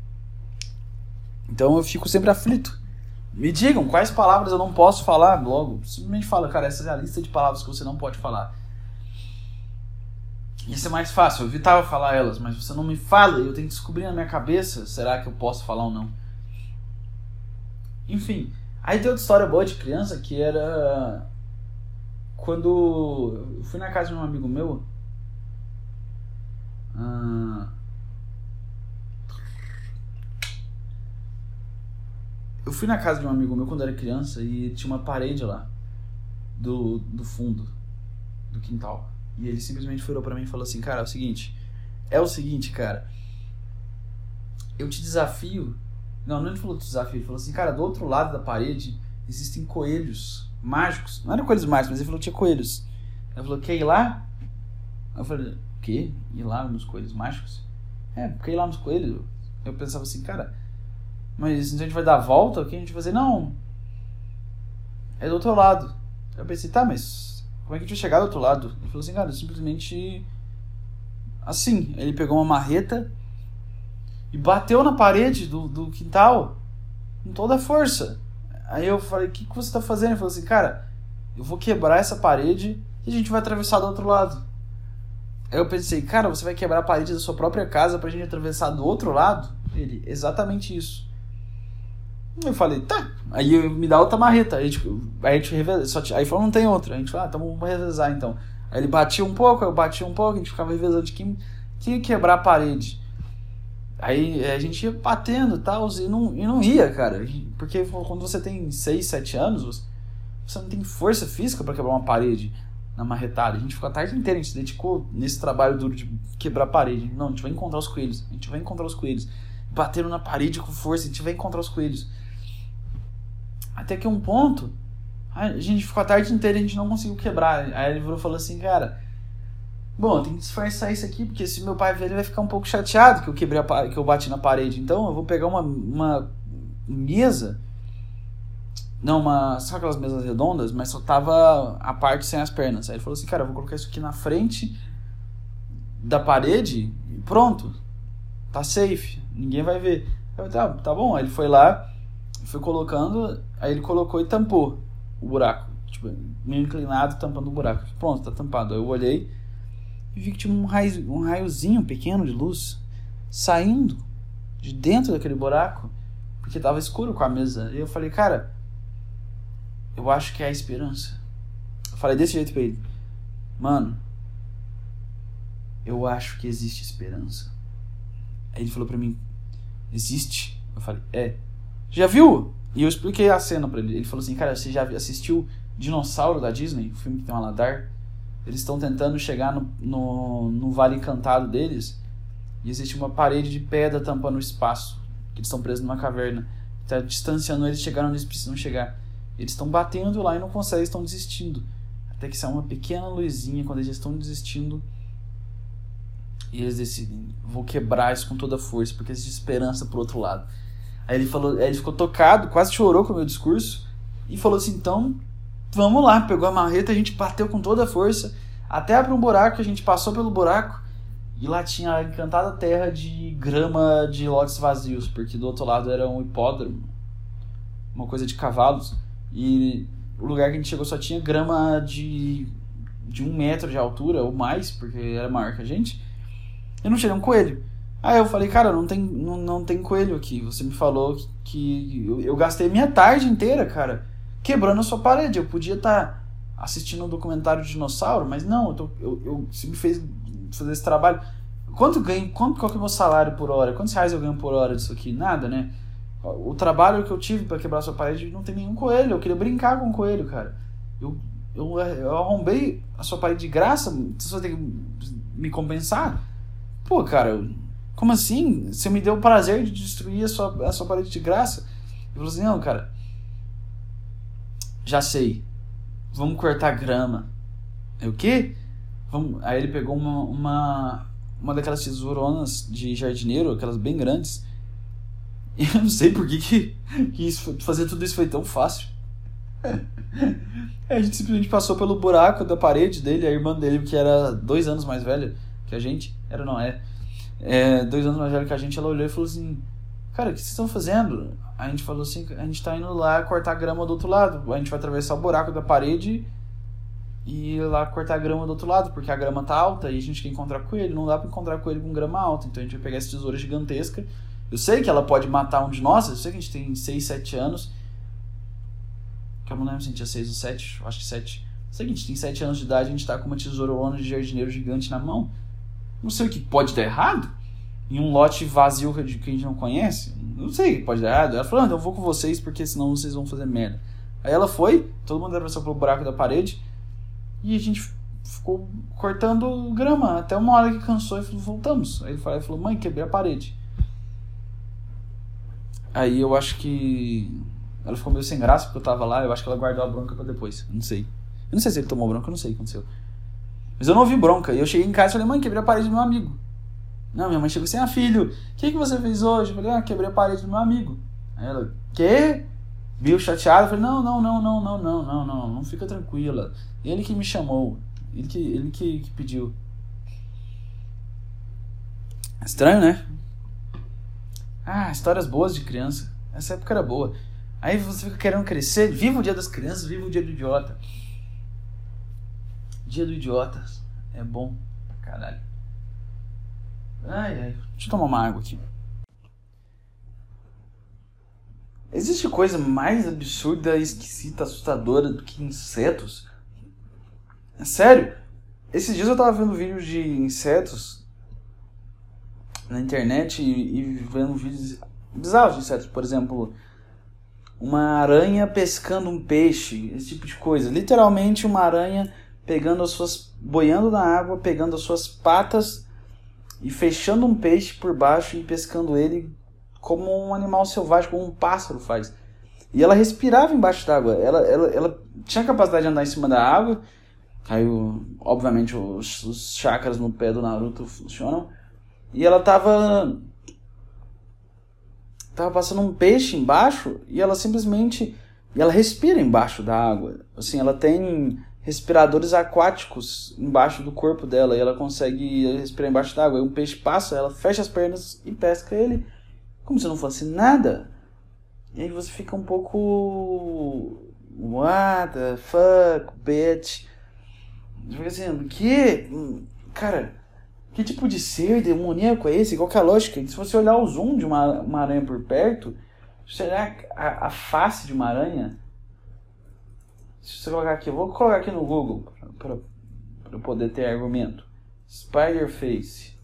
Então eu fico sempre aflito. Me digam quais palavras eu não posso falar logo. Simplesmente fala, cara, essa é a lista de palavras que você não pode falar. Isso é mais fácil, eu evitava falar elas, mas você não me fala e eu tenho que descobrir na minha cabeça, será que eu posso falar ou não? Enfim, aí tem outra história boa de criança que era quando eu fui na casa de um amigo meu. Ah, eu fui na casa de um amigo meu quando era criança e tinha uma parede lá do, do fundo do quintal. E ele simplesmente virou pra mim e falou assim, cara, é o seguinte, é o seguinte, cara, eu te desafio, não, não ele falou te desafio, ele falou assim, cara, do outro lado da parede existem coelhos mágicos, não eram coelhos mágicos, mas ele falou que tinha coelhos. Ele falou, quer ir lá? Eu falei, o quê? Ir lá nos coelhos mágicos? É, porque ir lá nos coelhos, eu pensava assim, cara, mas a gente vai dar a volta, o que a gente vai fazer? Não, é do outro lado. Eu pensei, tá, mas... como é que a gente vai chegar do outro lado? Ele falou assim, cara, simplesmente assim, ele pegou uma marreta e bateu na parede do, do quintal com toda a força. Aí eu falei, o que, que você tá fazendo? Ele falou assim, cara, eu vou quebrar essa parede e a gente vai atravessar do outro lado. Aí eu pensei, cara, você vai quebrar a parede da sua própria casa pra gente atravessar do outro lado? Ele, exatamente isso. Eu falei, tá. Aí me dá outra marreta. Aí, tipo, aí a gente reveza. Só, aí falou, não tem outra. A gente falou, ah, então vamos revezar então. Aí ele batia um pouco, eu batia um pouco, a gente ficava revezando de quem, quem ia quebrar a parede. Aí a gente ia batendo e tal, e não, e não ia, cara. Porque quando você tem seis, sete anos, você não tem força física pra quebrar uma parede na marretada. A gente ficou a tarde inteira, a gente se dedicou nesse trabalho duro de quebrar a parede. Não, a gente vai encontrar os coelhos, a gente vai encontrar os coelhos. Batendo na parede com força, a gente vai encontrar os coelhos. Até que um ponto, a gente ficou a tarde inteira e a gente não conseguiu quebrar. Aí ele virou e falou assim, cara, bom, eu tenho que disfarçar isso aqui, porque se meu pai ver, ele vai ficar um pouco chateado que eu quebrei a, que eu bati na parede. Então eu vou pegar uma, uma mesa, não, uma, sabe aquelas mesas redondas, mas só tava a parte sem as pernas. Aí ele falou assim, cara, eu vou colocar isso aqui na frente da parede e pronto, tá safe, ninguém vai ver. Eu, tá, tá bom, aí ele foi lá, foi colocando, aí ele colocou e tampou o buraco, tipo, meio inclinado, tampando o buraco. Pronto, tá tampado. Aí eu olhei e vi que tinha um, raio, um raiozinho pequeno de luz saindo de dentro daquele buraco, porque tava escuro com a mesa. E eu falei, cara, eu acho que é a esperança. Eu falei desse jeito pra ele, mano, eu acho que existe esperança. Aí ele falou pra mim, existe? Eu falei, é. Já viu? E eu expliquei a cena pra ele. Ele falou assim, cara, você já assistiu Dinossauro da Disney? O filme que tem um Aladar? Eles estão tentando chegar no, no, no Vale Encantado deles e existe uma parede de pedra tampando o espaço, que eles estão presos numa caverna, está distanciando eles de chegar onde eles precisam chegar. Eles estão batendo lá e não conseguem, estão desistindo, até que sai uma pequena luzinha. Quando eles estão desistindo e eles decidem, vou quebrar isso com toda a força, porque existe esperança pro outro lado. Aí ele falou, aí ele ficou tocado, quase chorou com o meu discurso e falou assim, então vamos lá, pegou a marreta, a gente bateu com toda a força, até abrir um buraco, a gente passou pelo buraco, e lá tinha a encantada terra de grama de lotes vazios, porque do outro lado era um hipódromo, uma coisa de cavalos, e o lugar que a gente chegou só tinha grama de, de um metro de altura, ou mais, porque era maior que a gente, e não tinha um coelho. Aí eu falei, cara, não tem, não, não tem coelho aqui, você me falou que, que eu, eu gastei minha tarde inteira, cara, quebrando a sua parede. Eu podia estar assistindo um documentário de dinossauro, mas não, eu, tô, eu, eu você me fez fazer esse trabalho. Quanto ganho, quanto, qual que é o meu salário por hora? Quantos reais eu ganho por hora disso aqui? Nada, né? O trabalho que eu tive para quebrar a sua parede não tem nenhum coelho. Eu queria brincar com o coelho, cara. Eu, eu, eu arrombei a sua parede de graça, você vai ter que me compensar? Pô, cara, como assim? Você me deu o prazer de destruir a sua, a sua parede de graça? Eu falei assim, não, cara, já sei, vamos cortar grama. É o quê? Vamos... Aí ele pegou uma, uma, uma daquelas tesouronas de jardineiro, aquelas bem grandes, e eu não sei por que, que, que isso, fazer tudo isso foi tão fácil. A gente simplesmente passou pelo buraco da parede dele, a irmã dele, que era dois anos mais velha que a gente, era não, é, é dois anos mais velha que a gente, ela olhou e falou assim, cara, o que vocês estão fazendo? A gente falou assim, a gente tá indo lá cortar grama do outro lado, a gente vai atravessar o buraco da parede e ir lá cortar grama do outro lado, porque a grama tá alta e a gente quer encontrar coelho, não dá pra encontrar coelho com grama alta, então a gente vai pegar essa tesoura gigantesca. Eu sei que ela pode matar um de nós, eu sei que a gente tem seis, sete anos, que eu não lembro se a gente tinha seis ou sete, acho que sete. Eu sei que a gente tem sete anos de idade, a gente tá com uma tesourona de jardineiro gigante na mão. Não sei o que pode dar errado em um lote vazio que a gente não conhece. Não sei o que pode dar errado. Ela falou, ah, eu vou com vocês porque senão vocês vão fazer merda. Aí ela foi, todo mundo atravessou pelo buraco da parede e a gente ficou cortando grama até uma hora que cansou e falou, voltamos. Aí ele falou, mãe, quebrei a parede. Aí eu acho que ela ficou meio sem graça porque eu tava lá, eu acho que ela guardou a bronca pra depois, eu não sei. Eu não sei se ele tomou bronca, eu não sei o que aconteceu. Mas eu não ouvi bronca, e eu cheguei em casa e falei, mãe, quebrei a parede do meu amigo. Não, minha mãe chegou assim, ah, filho, o que, que você fez hoje? Eu falei, ah, quebrei a parede do meu amigo. Aí ela, quê? Meio chateada, eu falei, não, não, não, não, não, não, não, não, não fica tranquila. Ele que me chamou, ele que, ele que, que pediu. Estranho, né? Ah, histórias boas de criança. Essa época era boa. Aí você fica querendo crescer, viva o dia das crianças, viva o dia do idiota. Dia do idiota é bom pra caralho. Ai, ai. Deixa eu tomar uma água aqui. Existe coisa mais absurda, esquisita, assustadora do que insetos? É sério? Esses dias eu tava vendo vídeos de insetos na internet e, e vendo vídeos bizarros de insetos. Por exemplo, uma aranha pescando um peixe, esse tipo de coisa. Literalmente uma aranha pegando as suas... boiando na água, pegando as suas patas e fechando um peixe por baixo e pescando ele como um animal selvagem, como um pássaro faz. E ela respirava embaixo d'água. Ela, ela, ela tinha a capacidade de andar em cima da água. Aí, obviamente, os, os chakras no pé do Naruto funcionam. E ela tava... Tava passando um peixe embaixo e ela simplesmente... E ela respira embaixo da água. Assim, ela tem respiradores aquáticos embaixo do corpo dela. E ela consegue respirar embaixo da água. E um peixe passa, ela fecha as pernas e pesca ele. Como se não fosse nada. E aí você fica um pouco... What the fuck, bitch? Você fica assim, que... Cara, que tipo de ser demoníaco é esse? Qual que é a lógica? Se você olhar o zoom de uma, uma aranha por perto, será a, a face de uma aranha? Se você colocar aqui, eu vou colocar aqui no Google para eu poder ter argumento. Spider face.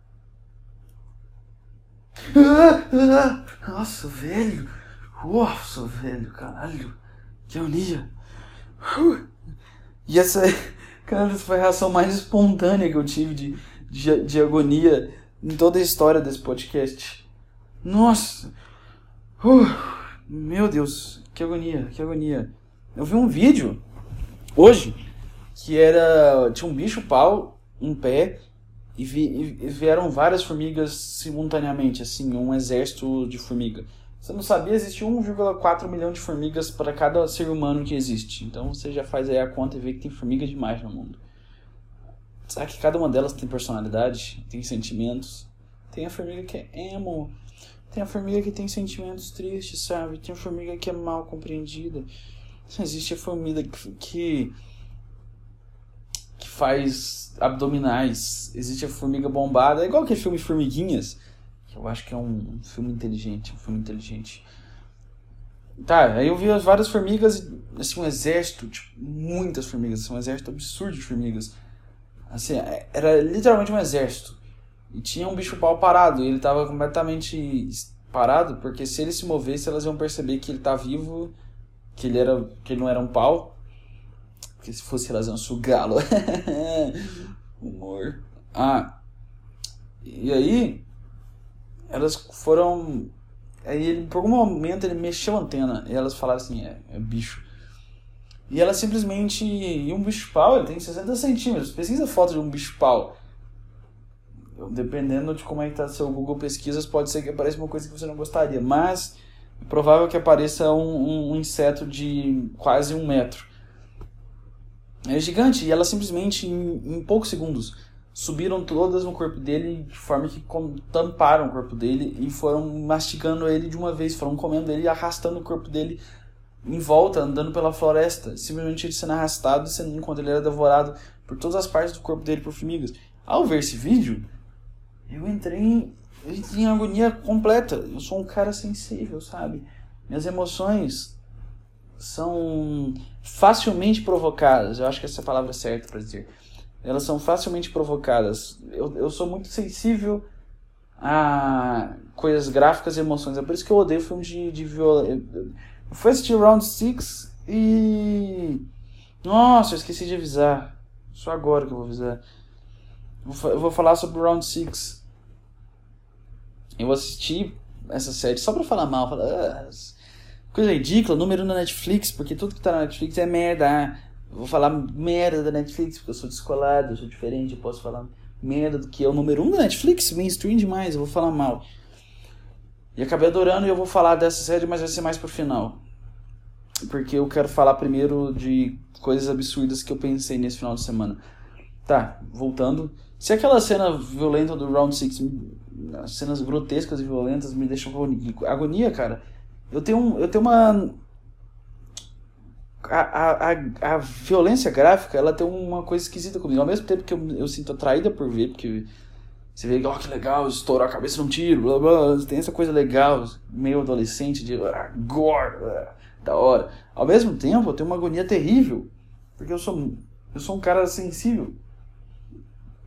Ah, ah, nossa, velho. Nossa, velho, caralho. Que agonia. Uh. E essa, cara, essa foi a reação mais espontânea que eu tive de, de, de agonia em toda a história desse podcast. Nossa. Uh. Meu Deus, que agonia, que agonia. Eu vi um vídeo hoje que era... Tinha um bicho-pau em pé e, vi, e vieram várias formigas simultaneamente, assim, um exército de formiga. Você não sabia, existe um vírgula quatro milhão de formigas para cada ser humano que existe. Então você já faz aí a conta e vê que tem formiga demais no mundo. Sabe que cada uma delas tem personalidade, tem sentimentos. Tem a formiga que é emo, tem a formiga que tem sentimentos tristes, sabe? Tem a formiga que é mal compreendida. Existe a formiga que, que, que faz abdominais. Existe a formiga bombada. É igual aquele filme Formiguinhas. Que eu acho que é um, um filme inteligente. Um filme inteligente. Tá, aí eu vi várias formigas. Assim, um exército. Tipo, muitas formigas. Assim, um exército absurdo de formigas. Assim, era literalmente um exército. E tinha um bicho-pau parado. E ele tava completamente parado. Porque se ele se movesse, elas iam perceber que ele tá vivo... Que ele, era, que ele não era um pau. Porque se fosse elas iam sugá-lo. Humor. Ah. E aí... Elas foram... Aí ele, por algum momento ele mexeu a antena. E elas falaram assim, é, é bicho. E ela simplesmente... E um bicho-pau, ele tem sessenta centímetros. Pesquisa foto de um bicho-pau. Dependendo de como é que tá seu Google Pesquisas, pode ser que apareça uma coisa que você não gostaria. Mas... É provável que apareça um, um, um inseto de quase um metro. É gigante. E elas simplesmente, em, em poucos segundos, subiram todas no corpo dele de forma que tamparam o corpo dele e foram mastigando ele de uma vez. Foram comendo ele e arrastando o corpo dele em volta, andando pela floresta. Simplesmente ele sendo arrastado enquanto ele era devorado por todas as partes do corpo dele por formigas. Ao ver esse vídeo, eu entrei em... em agonia completa. Eu sou um cara sensível, sabe? Minhas emoções são facilmente provocadas. Eu acho que essa é a palavra certa para dizer. Elas são facilmente provocadas. Eu, eu sou muito sensível a coisas gráficas e emoções. É por isso que eu odeio filmes de, de violência. Eu fui assistir Round six e... Nossa, eu esqueci de avisar. Só agora que eu vou avisar. Eu vou falar sobre Round six. Eu assisti essa série só pra falar mal. Falar, ah, coisa ridícula, número um na Netflix, porque tudo que tá na Netflix é merda. Eu vou falar merda da Netflix, porque eu sou descolado, eu sou diferente, eu posso falar merda do que é o número um da Netflix, mainstream demais, eu vou falar mal. E acabei adorando e eu vou falar dessa série, mas vai ser mais pro final. Porque eu quero falar primeiro de coisas absurdas que eu pensei nesse final de semana. Tá, voltando. Se aquela cena violenta do Round six, as cenas grotescas e violentas me deixam com agonia, cara. Eu tenho, um, eu tenho uma... A, a, a, a violência gráfica, ela tem uma coisa esquisita comigo. Ao mesmo tempo que eu, eu sinto atraída por ver, porque você vê, ó, oh, que legal, estourar a cabeça num tiro, blá, blá, tem essa coisa legal, meio adolescente, de ah, gore, ah, da hora. Ao mesmo tempo, eu tenho uma agonia terrível, porque eu sou, eu sou um cara sensível.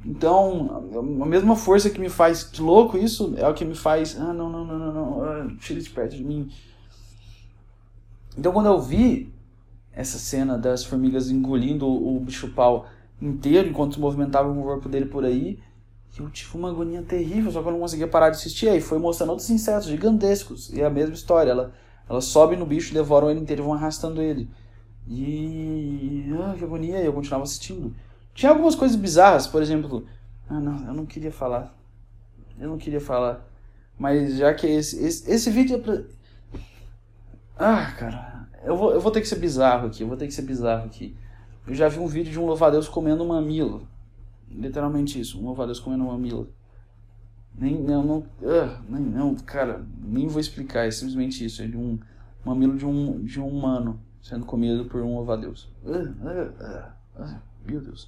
Então, a mesma força que me faz de louco isso é o que me faz, ah, não, não, não, não, não, ah, tira de perto de mim. Então, quando eu vi essa cena das formigas engolindo o, o bicho-pau inteiro enquanto movimentava o corpo dele por aí, eu tive uma agonia terrível, só que eu não conseguia parar de assistir. Aí foi mostrando outros insetos gigantescos, e é a mesma história, ela, ela sobe no bicho, devoram ele inteiro e vão arrastando ele. E... ah, que agonia, e eu continuava assistindo. Tinha algumas coisas bizarras, por exemplo... ah, não, eu não queria falar. Eu não queria falar. Mas já que esse, esse, esse vídeo é pra... ah, cara, eu vou, eu vou ter que ser bizarro aqui, eu vou ter que ser bizarro aqui. Eu já vi um vídeo de um louva-a-Deus comendo um mamilo. Literalmente isso, um louva-a-Deus comendo um mamilo. Nem, não, não, uh, nem, não, cara, nem vou explicar, é simplesmente isso. É de um mamilo de um, de um humano sendo comido por um louva-a-Deus. Uh, uh, uh, uh, meu Deus.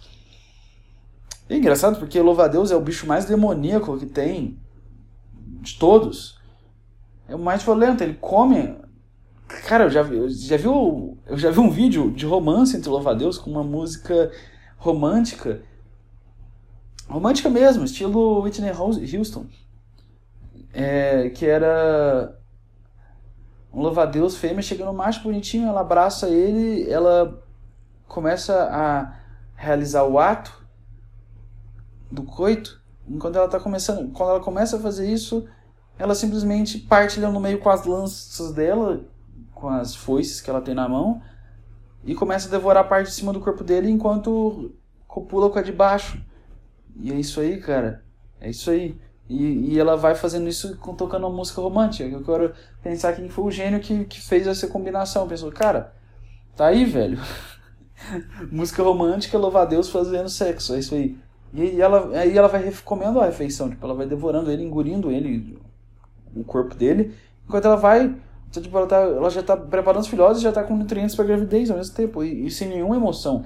É engraçado porque o louva-a-Deus é o bicho mais demoníaco que tem de todos. É o mais violento, ele come... Cara, eu já, eu já, vi, eu já vi um vídeo de romance entre louva-a-Deus com uma música romântica. Romântica mesmo, estilo Whitney Houston. É, que era um louva-a-Deus fêmea chegando no macho bonitinho, ela abraça ele, ela começa a realizar o ato do coito. Enquanto ela tá começando, quando ela começa a fazer isso, ela simplesmente parte ali no meio com as lanças dela, com as foices que ela tem na mão, e começa a devorar a parte de cima do corpo dele enquanto copula com a de baixo. E é isso aí, cara. É isso aí. E, e ela vai fazendo isso tocando uma música romântica. Eu quero pensar quem foi o gênio que, que fez essa combinação. Pensou, cara, tá aí, velho. Música romântica, louva-a-Deus fazendo sexo. É isso aí. E ela, aí ela vai comendo a refeição. Tipo, ela vai devorando ele, engolindo ele, o corpo dele. Enquanto ela vai... Tipo, ela, tá, ela já tá preparando os filhotes e já tá com nutrientes pra gravidez ao mesmo tempo. E, e sem nenhuma emoção.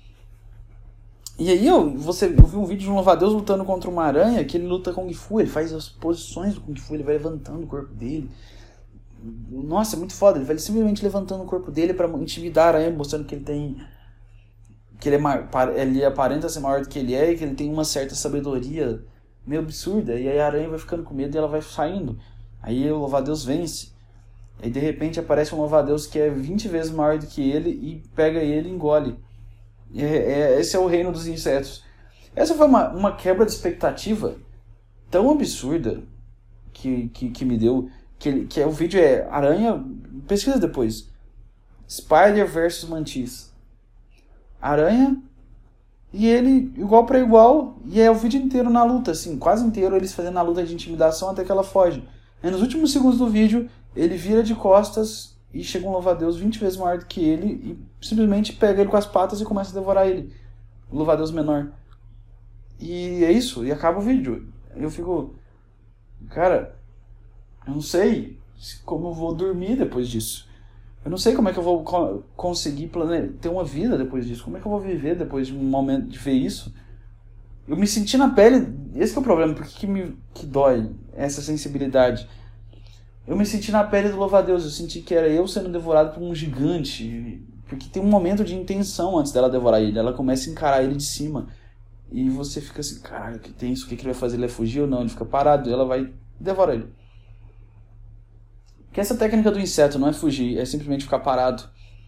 E aí eu, você, eu vi um vídeo de um louva-a-Deus lutando contra uma aranha, que ele luta Kung Fu, ele faz as posições do Kung Fu, ele vai levantando o corpo dele. Nossa, é muito foda, ele vai simplesmente levantando o corpo dele pra intimidar a aranha, mostrando que ele tem... que ele, é, ele aparenta ser maior do que ele é e que ele tem uma certa sabedoria meio absurda. E aí a aranha vai ficando com medo e ela vai saindo. Aí o louva-a-Deus vence. Aí de repente aparece um louva-a-Deus que é vinte vezes maior do que ele e pega ele e engole. É, é, esse é o reino dos insetos. Essa foi uma, uma quebra de expectativa tão absurda que, que, que me deu. Que, que é, o vídeo é aranha. Pesquisa depois. Spider versus Mantis. Aranha e ele igual para igual. E é o vídeo inteiro na luta, assim, quase inteiro eles fazendo a luta de intimidação até que ela foge. E nos últimos segundos do vídeo, ele vira de costas e chega um louva-a-Deus vinte vezes maior do que ele e simplesmente pega ele com as patas e começa a devorar ele. O louva-a-Deus menor. E é isso, e acaba o vídeo. Eu fico... Cara, eu não sei como eu vou dormir depois disso. Eu não sei como é que eu vou co- conseguir plane... ter uma vida depois disso. Como é que eu vou viver depois de um momento de ver isso? Eu me senti na pele... Esse que é o problema, por que, que me que dói essa sensibilidade? Eu me senti na pele do louva-a-Deus, eu senti que era eu sendo devorado por um gigante, porque tem um momento de intenção antes dela devorar ele, ela começa a encarar ele de cima, e você fica assim, caralho, que tem isso, o que, que ele vai fazer, ele vai fugir ou não? Ele fica parado, e ela vai devorar ele. Porque essa técnica do inseto não é fugir, é simplesmente ficar parado,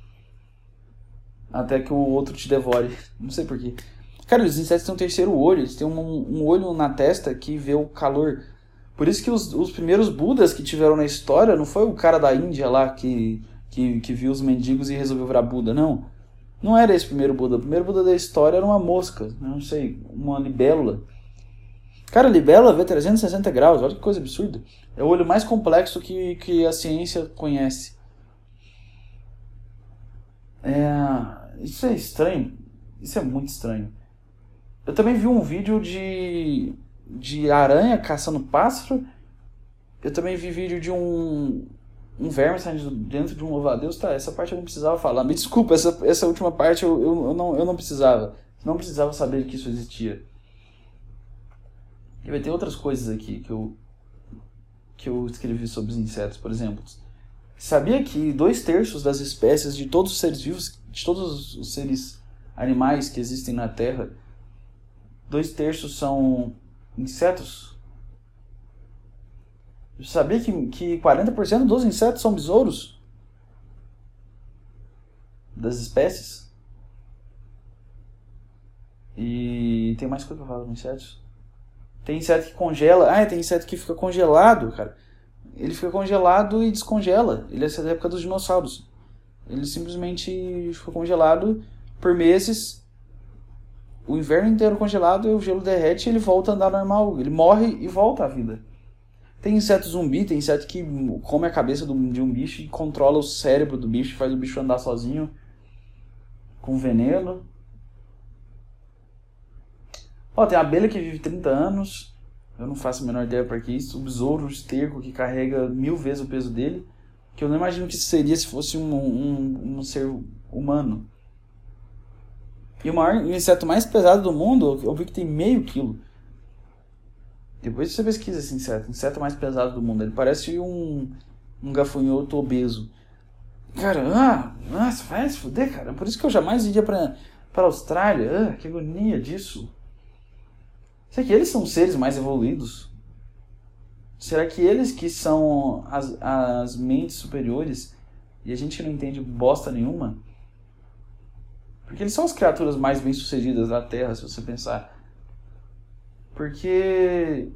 até que o outro te devore, não sei porquê. Cara, os insetos têm um terceiro olho, eles têm um, um olho na testa que vê o calor. Por isso que os, os primeiros Budas que tiveram na história não foi o cara da Índia lá que, que, que viu os mendigos e resolveu virar Buda, não. Não era esse o primeiro Buda. O primeiro Buda da história era uma mosca, não sei, uma libélula. Cara, a libélula vê trezentos e sessenta graus, olha que coisa absurda. É o olho mais complexo que, que a ciência conhece. É, isso é estranho, isso é muito estranho. Eu também vi um vídeo de... de aranha caçando pássaro. Eu também vi vídeo de um um verme saindo dentro de um louva-a-Deus. Tá, essa parte eu não precisava falar. Me desculpa, essa, essa última parte eu, eu, eu, não, eu não precisava. Não precisava saber que isso existia. E vai ter outras coisas aqui que eu, que eu escrevi sobre os insetos, por exemplo. Sabia que dois terços das espécies de todos os seres vivos, de todos os seres animais que existem na Terra, dois terços são insetos. Você sabia que, que quarenta por cento dos insetos são besouros? Das espécies? E tem mais coisa pra falar dos insetos? Tem inseto que congela. Ah, tem inseto que fica congelado, cara. Ele fica congelado e descongela. Ele é da época dos dinossauros. Ele simplesmente fica congelado por meses. O inverno inteiro congelado, e o gelo derrete e ele volta a andar normal. Ele morre e volta à vida. Tem inseto zumbi, tem inseto que come a cabeça de um bicho e controla o cérebro do bicho, faz o bicho andar sozinho com veneno. Ó, tem a abelha que vive trinta anos. Eu não faço a menor ideia para que isso. O besouro, o esterco, que carrega mil vezes o peso dele. Que eu não imagino que isso seria se fosse um, um, um ser humano. E o maior o inseto mais pesado do mundo, eu vi que tem meio quilo. Depois você pesquisa esse inseto. O inseto mais pesado do mundo. Ele parece um, um gafanhoto obeso. Cara, ah, nossa, vai se fuder, cara. Por isso que eu jamais iria pra, pra Austrália. Ah, que agonia disso. Será que eles são seres mais evoluídos? Será que eles que são as, as mentes superiores e a gente não entende bosta nenhuma? Porque eles são as criaturas mais bem-sucedidas da Terra, se você pensar. Porque...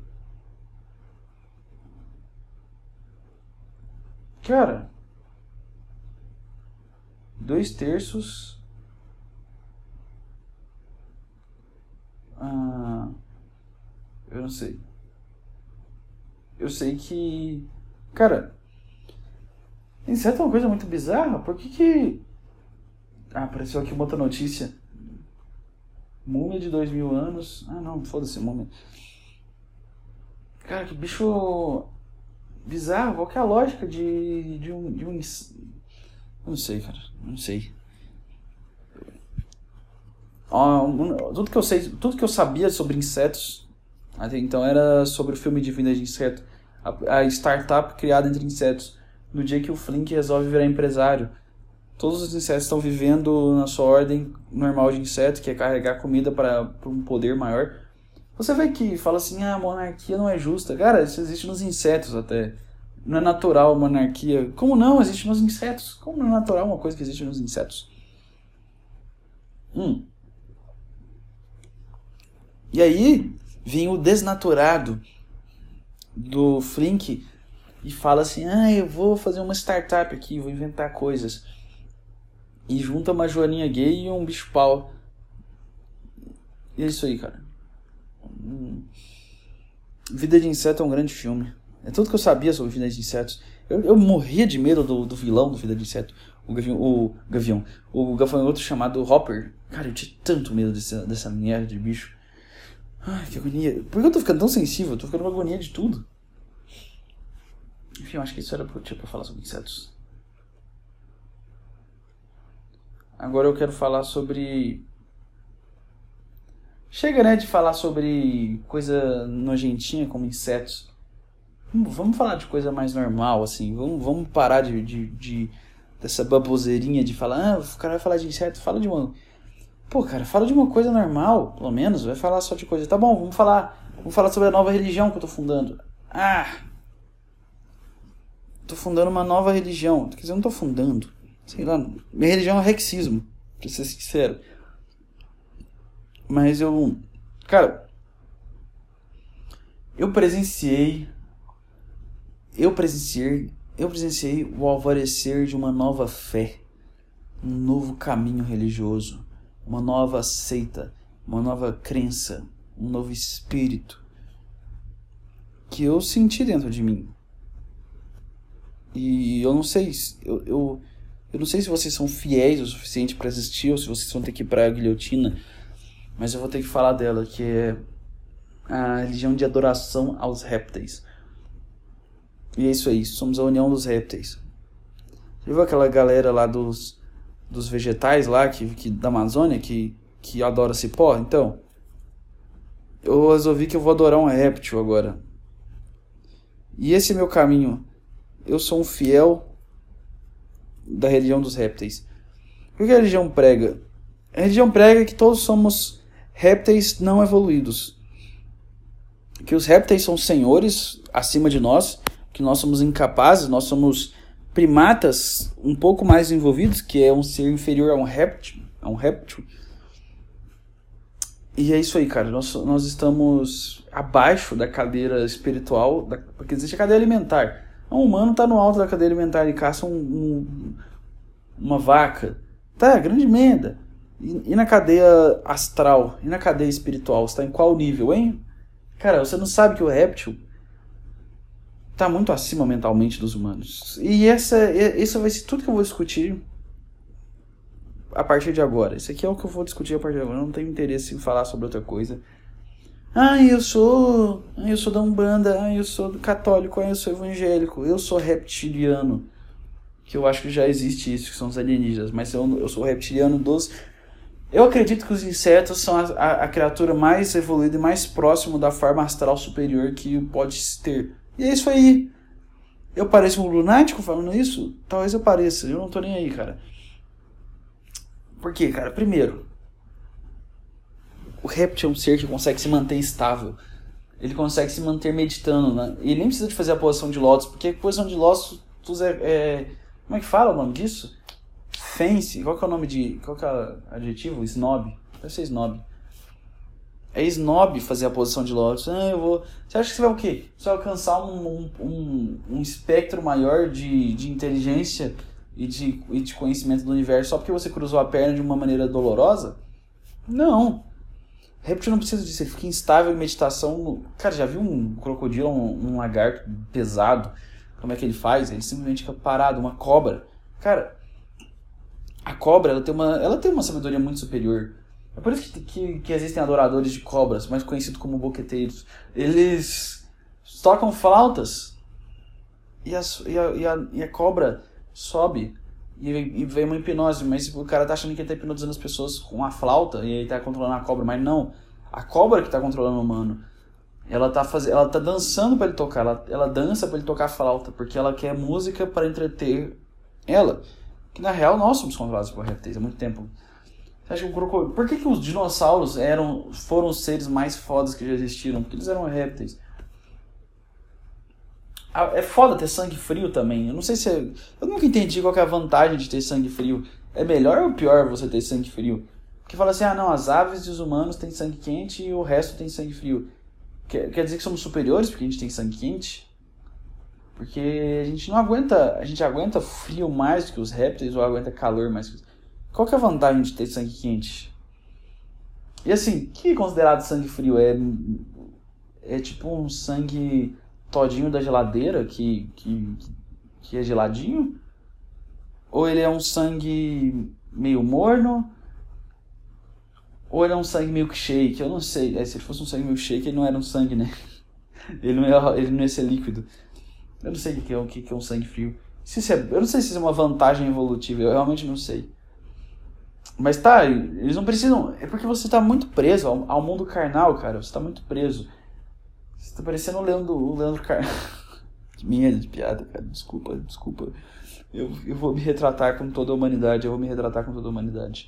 Cara... Dois terços... Ah... Eu não sei. Eu sei que... Cara... Inseto é uma coisa muito bizarra. Por que que... Ah, apareceu aqui uma outra notícia. Múmia de dois mil anos... Ah, não, foda-se, múmia. Cara, que bicho... Bizarro. Qual que é a lógica de... De um... De um... Não sei, cara. Não sei. Ah, tudo que eu sei... Tudo que eu sabia sobre insetos... Até então era sobre o filme de Vida de Inseto. A, a startup criada entre insetos. No dia que o Flink resolve virar empresário. Todos os insetos estão vivendo na sua ordem normal de inseto, que é carregar comida para um poder maior. Você vê que fala assim, ah, a monarquia não é justa. Cara, isso existe nos insetos até. Não é natural a monarquia. Como não? Existe nos insetos. Como não é natural uma coisa que existe nos insetos? Hum. E aí... Vem o desnaturado do Flink e fala assim, ah, eu vou fazer uma startup aqui, vou inventar coisas. E junta uma joaninha gay e um bicho pau. E é isso aí, cara. Vida de Inseto é um grande filme. É tudo que eu sabia sobre Vida de Insetos. Eu, eu morria de medo do, do vilão do Vida de Inseto. O gavião, o gavião. O gafanhoto chamado Hopper. Cara, eu tinha tanto medo dessa, dessa merda de bicho. Ai, que agonia. Por que eu tô ficando tão sensível? Eu tô ficando com agonia de tudo. Enfim, eu acho que isso era pro tipo pra falar sobre insetos. Agora eu quero falar sobre... Chega, né, de falar sobre coisa nojentinha como insetos. Vamos falar de coisa mais normal, assim. Vamos, vamos parar de, de, de dessa baboseirinha de falar, ah, o cara vai falar de inseto, fala de uma... Pô, cara, fala de uma coisa normal, pelo menos. Vai falar só de coisa. Tá bom, vamos falar. Vamos falar sobre a nova religião que eu tô fundando. Ah! Tô fundando uma nova religião. Quer dizer, eu não tô fundando. Sei lá. Minha religião é o rexismo, pra ser sincero. Mas eu... Cara... Eu presenciei... Eu presenciei... Eu presenciei o alvorecer de uma nova fé. Um novo caminho religioso. Uma nova seita, uma nova crença, um novo espírito que eu senti dentro de mim. E eu não sei, eu, eu, eu não sei se vocês são fiéis o suficiente para assistir ou se vocês vão ter que ir para a guilhotina, mas eu vou ter que falar dela, que é a religião de adoração aos répteis. E é isso aí, somos a união dos répteis. Você viu aquela galera lá dos... dos vegetais lá, que, que, da Amazônia, que, que adora cipó? Então, eu resolvi que eu vou adorar um réptil agora. E esse é meu caminho. Eu sou um fiel da religião dos répteis. O que a religião prega? A religião prega que todos somos répteis não evoluídos. Que os répteis são senhores acima de nós, que nós somos incapazes, nós somos primatas um pouco mais envolvidos, que é um ser inferior a um réptil, a um réptil. E é isso aí, cara. Nós, nós estamos abaixo da cadeira espiritual, da, porque existe a cadeia alimentar. Um humano está no alto da cadeia alimentar, ele caça um, um, uma vaca. Tá, grande merda. E, e na cadeia astral? E na cadeia espiritual? Você está em qual nível, hein? Cara, você não sabe que o réptil está muito acima mentalmente dos humanos. E essa, isso vai ser tudo que eu vou discutir a partir de agora. Isso aqui é o que eu vou discutir a partir de agora. Eu não tenho interesse em falar sobre outra coisa. Ah, eu sou... Ah, eu sou da Umbanda. Ah, eu sou católico. Ah, eu sou evangélico. Eu sou reptiliano. Que eu acho que já existe isso, que são os alienígenas. Mas eu, eu sou reptiliano dos... Eu acredito que os insetos são a, a, a criatura mais evoluída e mais próximo da forma astral superior que pode ter. E é isso aí. Eu pareço um lunático falando isso? Talvez eu pareça. Eu não tô nem aí, cara. Por quê, cara? Primeiro, o réptil é um ser que consegue se manter estável. Ele consegue se manter meditando, né? E ele nem precisa de fazer a posição de lótus, porque a posição de lótus é, é... Como é que fala o nome disso? Fence. Qual que é o nome de... Qual que é o adjetivo? Snob. Deve ser snob. É snob fazer a posição de lótus. Ah, eu vou... Você acha que você vai o quê? Você vai alcançar um, um, um espectro maior de, de inteligência e de, e de conhecimento do universo só porque você cruzou a perna de uma maneira dolorosa? Não. Réptil não precisa disso. Ele fica instável em meditação. Cara, já viu um crocodilo, um, um lagarto pesado? Como é que ele faz? Ele simplesmente fica parado. Uma cobra. Cara, a cobra ela tem uma, ela tem uma sabedoria muito superior. É por isso que, que, que existem adoradores de cobras, mais conhecidos como boqueteiros. Eles tocam flautas e, as, e, a, e, a, e a cobra sobe e, e vem uma hipnose. Mas o cara tá achando que ele tá hipnotizando as pessoas com a flauta e ele tá controlando a cobra. Mas não, a cobra que tá controlando o humano. Ela tá, faz... ela tá dançando para ele tocar, ela, ela dança para ele tocar a flauta, porque ela quer música para entreter ela. Que na real nós somos controlados por répteis há muito tempo. Você acha que o crocodilo... Por que, que os dinossauros eram, foram os seres mais fodas que já existiram? Porque eles eram répteis. É foda ter sangue frio também. Eu não sei se... É... Eu nunca entendi qual que é a vantagem de ter sangue frio. É melhor ou pior você ter sangue frio? Porque fala assim, ah não, as aves e os humanos têm sangue quente e o resto tem sangue frio. Quer, quer dizer que somos superiores porque a gente tem sangue quente? Porque a gente não aguenta... A gente aguenta frio mais do que os répteis ou aguenta calor mais que os... Qual que é a vantagem de ter sangue quente? E assim, o que é considerado sangue frio? É, é tipo um sangue todinho da geladeira que, que, que é geladinho? Ou ele é um sangue meio morno? Ou ele é um sangue milkshake? Eu não sei. É, se ele fosse um sangue milkshake, ele não era um sangue, né? Ele não ia, ele não ia ser líquido. Eu não sei o que é, o que é um sangue frio. Se isso é, eu não sei se isso é uma vantagem evolutiva. Eu realmente não sei. Mas tá, eles não precisam... É porque você tá muito preso ao, ao mundo carnal, cara. Você tá muito preso. Você tá parecendo o Leandro, o Leandro Carnal. Que merda de piada, cara. Desculpa, desculpa. Eu, eu vou me retratar com toda a humanidade. Eu vou me retratar com toda a humanidade.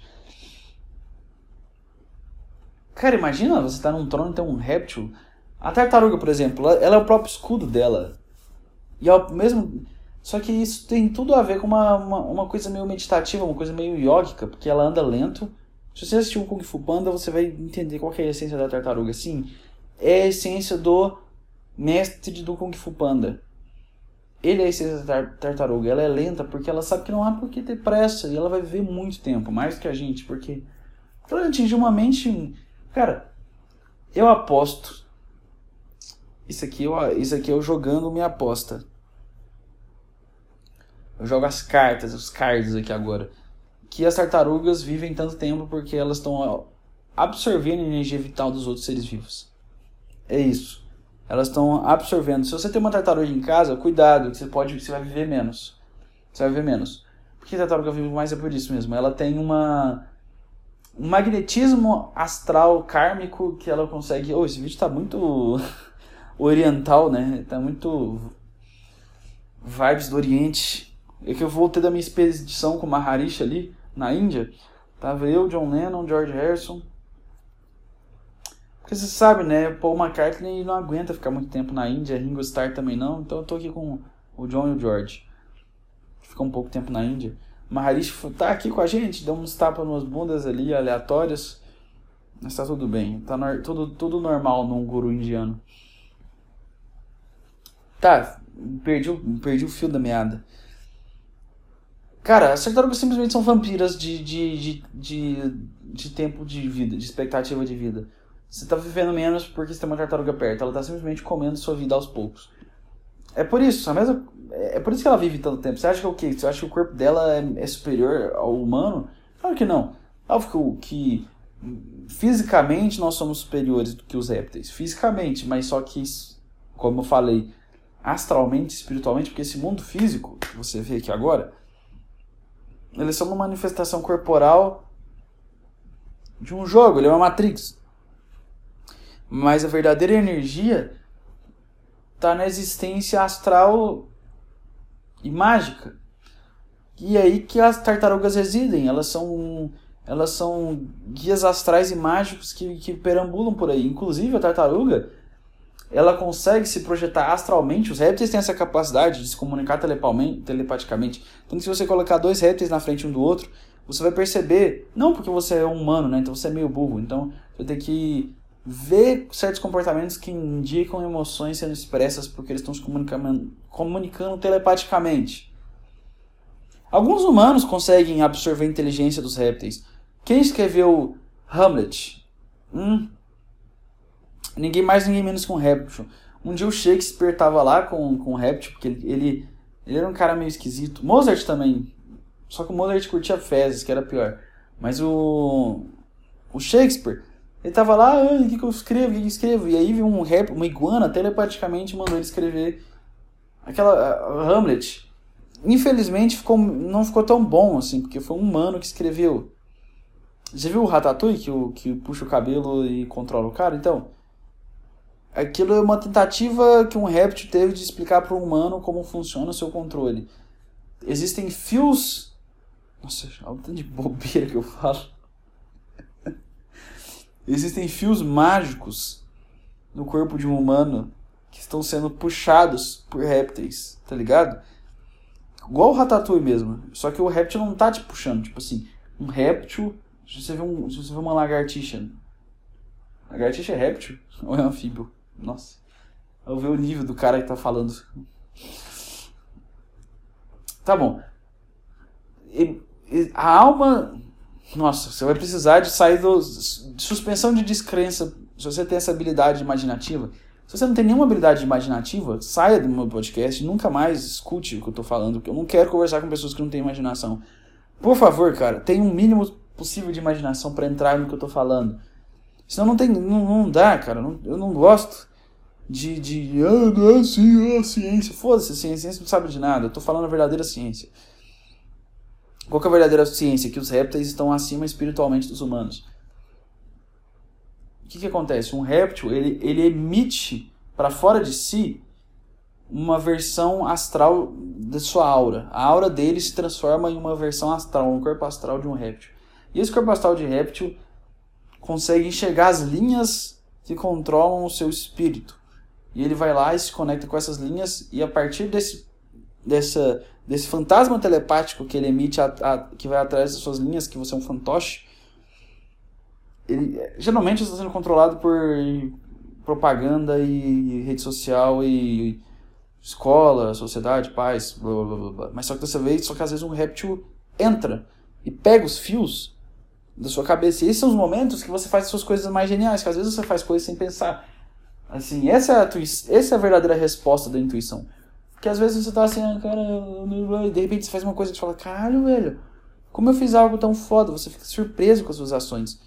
Cara, imagina você tá num trono e tem um réptil. A tartaruga, por exemplo, ela é o próprio escudo dela. E é o mesmo... Só que isso tem tudo a ver com uma, uma, uma coisa meio meditativa, uma coisa meio yógica, porque ela anda lento. Se você assistir o Kung Fu Panda, você vai entender qual que é a essência da tartaruga. Sim, é a essência do mestre do Kung Fu Panda. Ele é a essência da tar- tartaruga. Ela é lenta porque ela sabe que não há por que ter pressa. E ela vai viver muito tempo, mais que a gente, porque ela atingiu uma mente... Cara, eu aposto... Isso aqui, eu, isso aqui eu jogando minha aposta. Eu jogo as cartas, os cards aqui agora. Que as tartarugas vivem tanto tempo porque elas estão absorvendo a energia vital dos outros seres vivos. É isso. Elas estão absorvendo. Se você tem uma tartaruga em casa, cuidado, que você pode, você vai viver menos. Você vai viver menos. Por que a tartaruga vive mais? É por isso mesmo. Ela tem uma um magnetismo astral kármico que ela consegue... Oh, esse vídeo tá muito oriental, né? Tá muito vibes do Oriente. É que eu voltei da minha expedição com o Maharishi ali, na Índia. Tava eu, John Lennon, George Harrison. Porque você sabe, né? Paul McCartney não aguenta ficar muito tempo na Índia, Ringo Starr também não, então eu tô aqui com o John e o George. Fica um pouco tempo na Índia. Maharishi tá aqui com a gente, deu uns tapas nas bundas ali, aleatórios. Mas tá tudo bem, tá no, tudo, tudo normal num guru indiano. Tá, perdi, perdi o fio da meada. Cara, as tartarugas simplesmente são vampiras de, de, de, de, de tempo de vida, de expectativa de vida. Você tá vivendo menos porque você tem uma tartaruga perto, ela tá simplesmente comendo sua vida aos poucos. É por isso, a mesma, é por isso que ela vive tanto tempo. Você acha que é o quê? Você acha que o corpo dela é, é superior ao humano? Claro que não. Óbvio que, que fisicamente nós somos superiores do que os répteis. Fisicamente, mas só que, como eu falei, astralmente, espiritualmente, porque esse mundo físico que você vê aqui agora, eles são uma manifestação corporal de um jogo, ele é uma Matrix. Mas a verdadeira energia está na existência astral e mágica. E é aí que as tartarugas residem. Elas são, elas são guias astrais e mágicos que, que perambulam por aí. Inclusive a tartaruga, ela consegue se projetar astralmente. Os répteis têm essa capacidade de se comunicar telepaticamente. Então, se você colocar dois répteis na frente um do outro, você vai perceber, não porque você é um humano, né? Então você é meio burro. Então você vai ter que ver certos comportamentos que indicam emoções sendo expressas porque eles estão se comunicando, comunicando telepaticamente. Alguns humanos conseguem absorver a inteligência dos répteis. Quem escreveu Hamlet? Hum... Ninguém mais, ninguém menos que um réptil. Um dia o Shakespeare estava lá com, com um réptil, porque ele, ele, ele era um cara meio esquisito. Mozart também. Só que o Mozart curtia fezes, que era pior. Mas o, o Shakespeare, ele estava lá, ah, o que, que eu escrevo, o que, que eu escrevo? E aí veio um réptil, uma iguana, telepaticamente mandou ele escrever aquela uh, Hamlet. Infelizmente ficou, não ficou tão bom assim, porque foi um humano que escreveu. Já viu o Ratatouille, que, o, que puxa o cabelo e controla o cara? Então... aquilo é uma tentativa que um réptil teve de explicar para um humano como funciona o seu controle. Existem fios... Nossa, olha o tanto de bobeira que eu falo. Existem fios mágicos no corpo de um humano que estão sendo puxados por répteis, tá ligado? Igual o Ratatouille mesmo. Só que o réptil não tá te puxando. Tipo assim, um réptil... Se você vê, um, se você vê uma lagartixa... Lagartixa é réptil? Ou é anfíbio? Nossa, eu ver o nível do cara que tá falando. Tá bom. E, e a alma... Nossa, você vai precisar de sair do... de suspensão de descrença. Se você tem essa habilidade imaginativa. Se você não tem nenhuma habilidade imaginativa, saia do meu podcast e nunca mais escute o que eu tô falando. Porque eu não quero conversar com pessoas que não têm imaginação. Por favor, cara, tenha um mínimo possível de imaginação para entrar no que eu tô falando. Senão não tem, não, não dá, cara. Não, eu não gosto de, de ah, não é assim, é a ciência. Foda-se, a ciência, a ciência não sabe de nada. Eu tô falando a verdadeira ciência. Qual que é a verdadeira ciência? Que os répteis estão acima espiritualmente dos humanos. O que que acontece? Um réptil, ele, ele emite para fora de si uma versão astral da sua aura. A aura dele se transforma em uma versão astral, um corpo astral de um réptil. E esse corpo astral de réptil consegue enxergar as linhas que controlam o seu espírito. E ele vai lá e se conecta com essas linhas, e a partir desse, dessa, desse fantasma telepático que ele emite, a, a, que vai atrás das suas linhas, que você é um fantoche, ele geralmente está sendo controlado por propaganda e rede social e escola, sociedade, pais, blá, blá, blá, blá. Mas só que dessa vez, só que às vezes um réptil entra e pega os fios da sua cabeça. E esses são os momentos que você faz as suas coisas mais geniais, que às vezes você faz coisas sem pensar. Assim, essa é a, tui- essa é a verdadeira resposta da intuição. Porque às vezes você tá assim, ah, cara, e de repente você faz uma coisa que você fala, caralho, velho, como eu fiz algo tão foda? Você fica surpreso com as suas ações.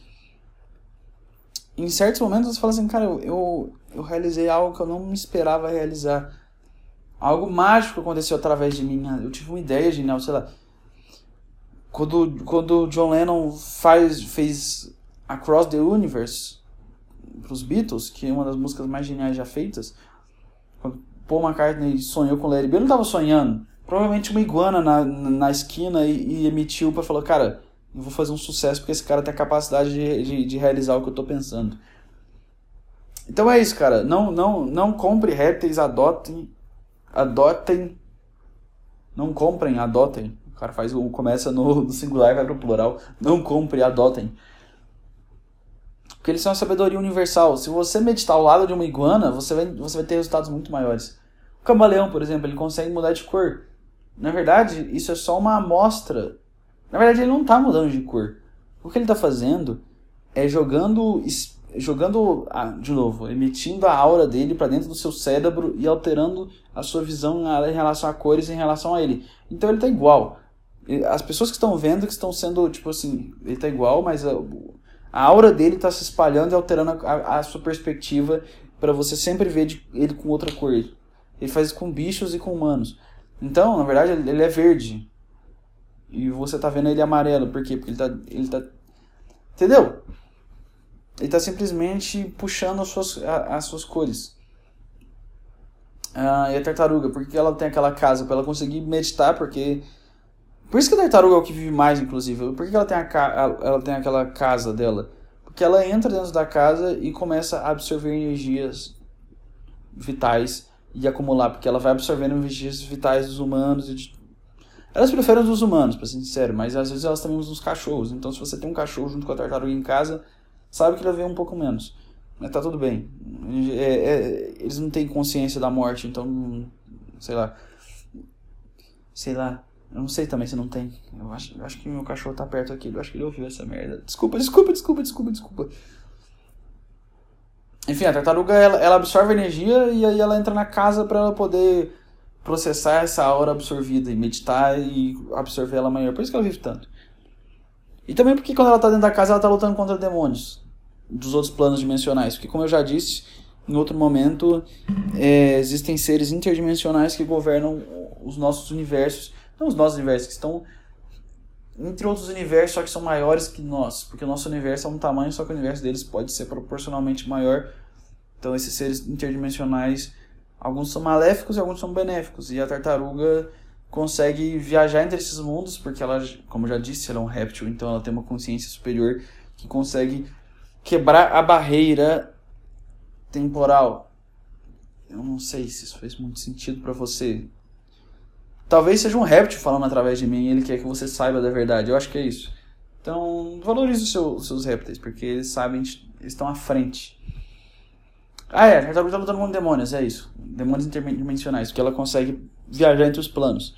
Em certos momentos você fala assim, cara, eu, eu, eu realizei algo que eu não me esperava realizar. Algo mágico aconteceu através de mim. Eu tive uma ideia genial, sei lá. Quando, quando John Lennon faz, fez Across the Universe para os Beatles, que é uma das músicas mais geniais já feitas, quando Paul McCartney sonhou com Larry B, ele não estava sonhando. Provavelmente uma iguana na, na esquina e, e emitiu para falar, cara, eu vou fazer um sucesso porque esse cara tem a capacidade de, de, de realizar o que eu estou pensando. Então é isso, cara. Não, não, não compre répteis, adotem. Adotem. Não comprem, adotem. O cara faz o começa no, no singular e vai pro plural. Não compre, adotem. Porque eles são a sabedoria universal. Se você meditar ao lado de uma iguana, você vai, você vai ter resultados muito maiores. O camaleão, por exemplo, ele consegue mudar de cor. Na verdade, isso é só uma amostra. Na verdade, ele não está mudando de cor. O que ele está fazendo é jogando, jogando de novo, emitindo a aura dele para dentro do seu cérebro e alterando a sua visão em relação a cores em relação a ele. Então ele está igual. As pessoas que estão vendo que estão sendo, tipo assim, ele está igual, mas a, a aura dele está se espalhando e alterando a, a sua perspectiva para você sempre ver de, ele com outra cor. Ele faz isso com bichos e com humanos. Então, na verdade, ele é verde. E você tá vendo ele amarelo. Por quê? Porque ele tá... Ele tá entendeu? Ele tá simplesmente puxando as suas, as suas cores. Ah, e a tartaruga, por que ela tem aquela casa? Pra ela conseguir meditar, porque... Por isso que a tartaruga é o que vive mais, inclusive. Por que ela tem, a, ela tem aquela casa dela? Porque ela entra dentro da casa e começa a absorver energias vitais e acumular, porque ela vai absorvendo energias vitais dos humanos e de... Elas preferem dos humanos, pra ser sincero, mas às vezes elas também usam os cachorros. Então se você tem um cachorro junto com a tartaruga em casa, sabe que ele vai ver um pouco menos. Mas tá tudo bem. É, é, eles não têm consciência da morte, então... Sei lá. Sei lá. Eu não sei também se não tem. Eu acho, eu acho que meu cachorro tá perto aqui. Eu acho que ele ouviu essa merda. Desculpa, desculpa, desculpa, desculpa, desculpa. Enfim, a tartaruga, ela, ela absorve energia e aí ela entra na casa para ela poder processar essa aura absorvida e meditar e absorver ela maior. Por isso que ela vive tanto. E também porque quando ela tá dentro da casa, ela tá lutando contra demônios dos outros planos dimensionais. Porque, como eu já disse, em outro momento, é, existem seres interdimensionais que governam os nossos universos. Não os nossos universos, que estão entre outros universos, só que são maiores que nós. Porque o nosso universo é um tamanho, só que o universo deles pode ser proporcionalmente maior. Então esses seres interdimensionais, alguns são maléficos e alguns são benéficos. E a tartaruga consegue viajar entre esses mundos, porque ela, como eu já disse, ela é um réptil, então ela tem uma consciência superior que consegue quebrar a barreira temporal. Eu não sei se isso fez muito sentido pra você. Talvez seja um réptil falando através de mim e ele quer que você saiba da verdade. Eu acho que é isso. Então, valorize os seus, os seus répteis, porque eles sabem, eles estão à frente. Ah, é, a tartaruga está lutando com demônios, é isso. Demônios interdimensionais, porque ela consegue viajar entre os planos.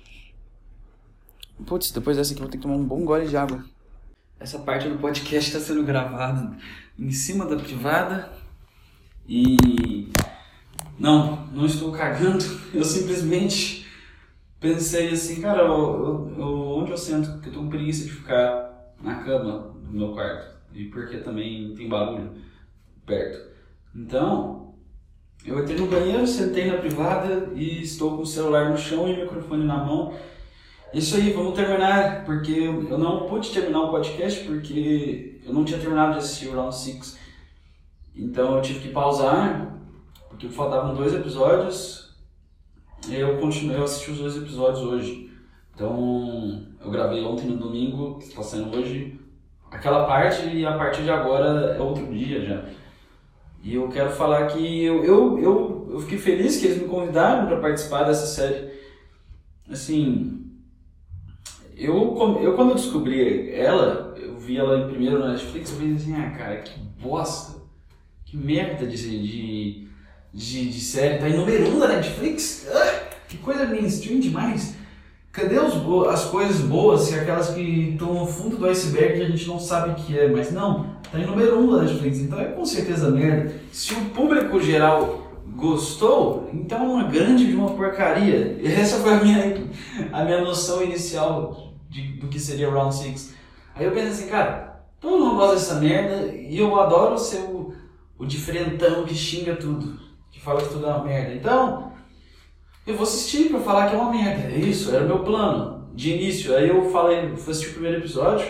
Putz, depois dessa aqui eu vou ter que tomar um bom gole de água. Essa parte do podcast está sendo gravada em cima da privada. E... Não, não estou cagando. Eu simplesmente... Pensei assim, cara, eu, eu, onde eu sento que eu tô com preguiça de ficar na cama do meu quarto. E porque também tem barulho perto. Então, eu entrei no banheiro, sentei na privada e estou com o celular no chão e o microfone na mão. Isso aí, vamos terminar, porque eu não pude terminar o podcast porque eu não tinha terminado de assistir o Round six. Então eu tive que pausar, porque faltavam dois episódios. Eu continuei, eu assisti os dois episódios hoje. Então, eu gravei ontem no domingo, que está saindo hoje, aquela parte, e a partir de agora é outro dia já. E eu quero falar que eu, eu, eu, eu fiquei feliz que eles me convidaram para participar dessa série. Assim, eu, eu quando eu descobri ela, eu vi ela em primeiro na Netflix, eu pensei assim, ah cara, que bosta, que merda de... de De, de série, tá em número um da Netflix? Ah, que coisa mainstream demais. Cadê os bo- as coisas boas, aquelas que estão no fundo do iceberg que a gente não sabe o que é? Mas não, tá em número um da Netflix, então é com certeza merda. Se o público geral gostou, então é uma grande de uma porcaria. Essa foi a minha, a minha noção inicial de, do que seria Round six. Aí eu pensei assim, cara, todo mundo gosta dessa merda e eu adoro ser o, o diferentão que xinga tudo. Que fala que tudo é uma merda. Então, eu vou assistir pra falar que é uma merda. É isso, era o meu plano de início. Aí eu falei, fui assistir o primeiro episódio.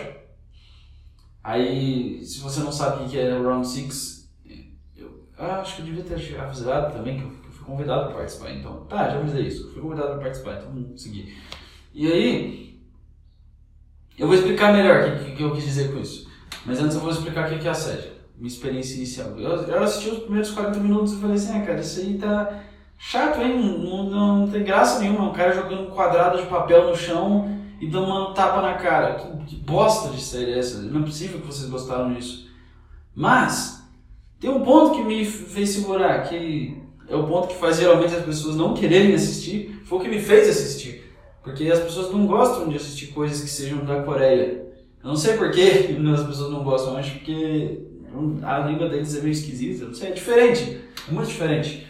Aí, se você não sabe o que é Round six, eu ah, acho que eu devia ter avisado também que eu fui convidado pra participar. Então, tá, já avisei isso. Eu fui convidado pra participar, então vamos seguir. E aí, eu vou explicar melhor o que, que eu quis dizer com isso. Mas antes eu vou explicar o que é a série. minha experiência inicial. Eu, eu assisti os primeiros quarenta minutos e falei assim, ah, cara, isso aí tá chato, hein? Não, não, não tem graça nenhuma. Um cara jogando um quadrado de papel no chão e dando uma tapa na cara. Que, que bosta de série é essa? Não é possível que vocês gostaram disso. Mas tem um ponto que me fez segurar, que é o ponto que faz geralmente as pessoas não quererem assistir, foi o que me fez assistir. Porque as pessoas não gostam de assistir coisas que sejam da Coreia. Eu não sei por que as pessoas não gostam, acho que a língua deles é meio esquisita, não sei, é diferente, é muito diferente.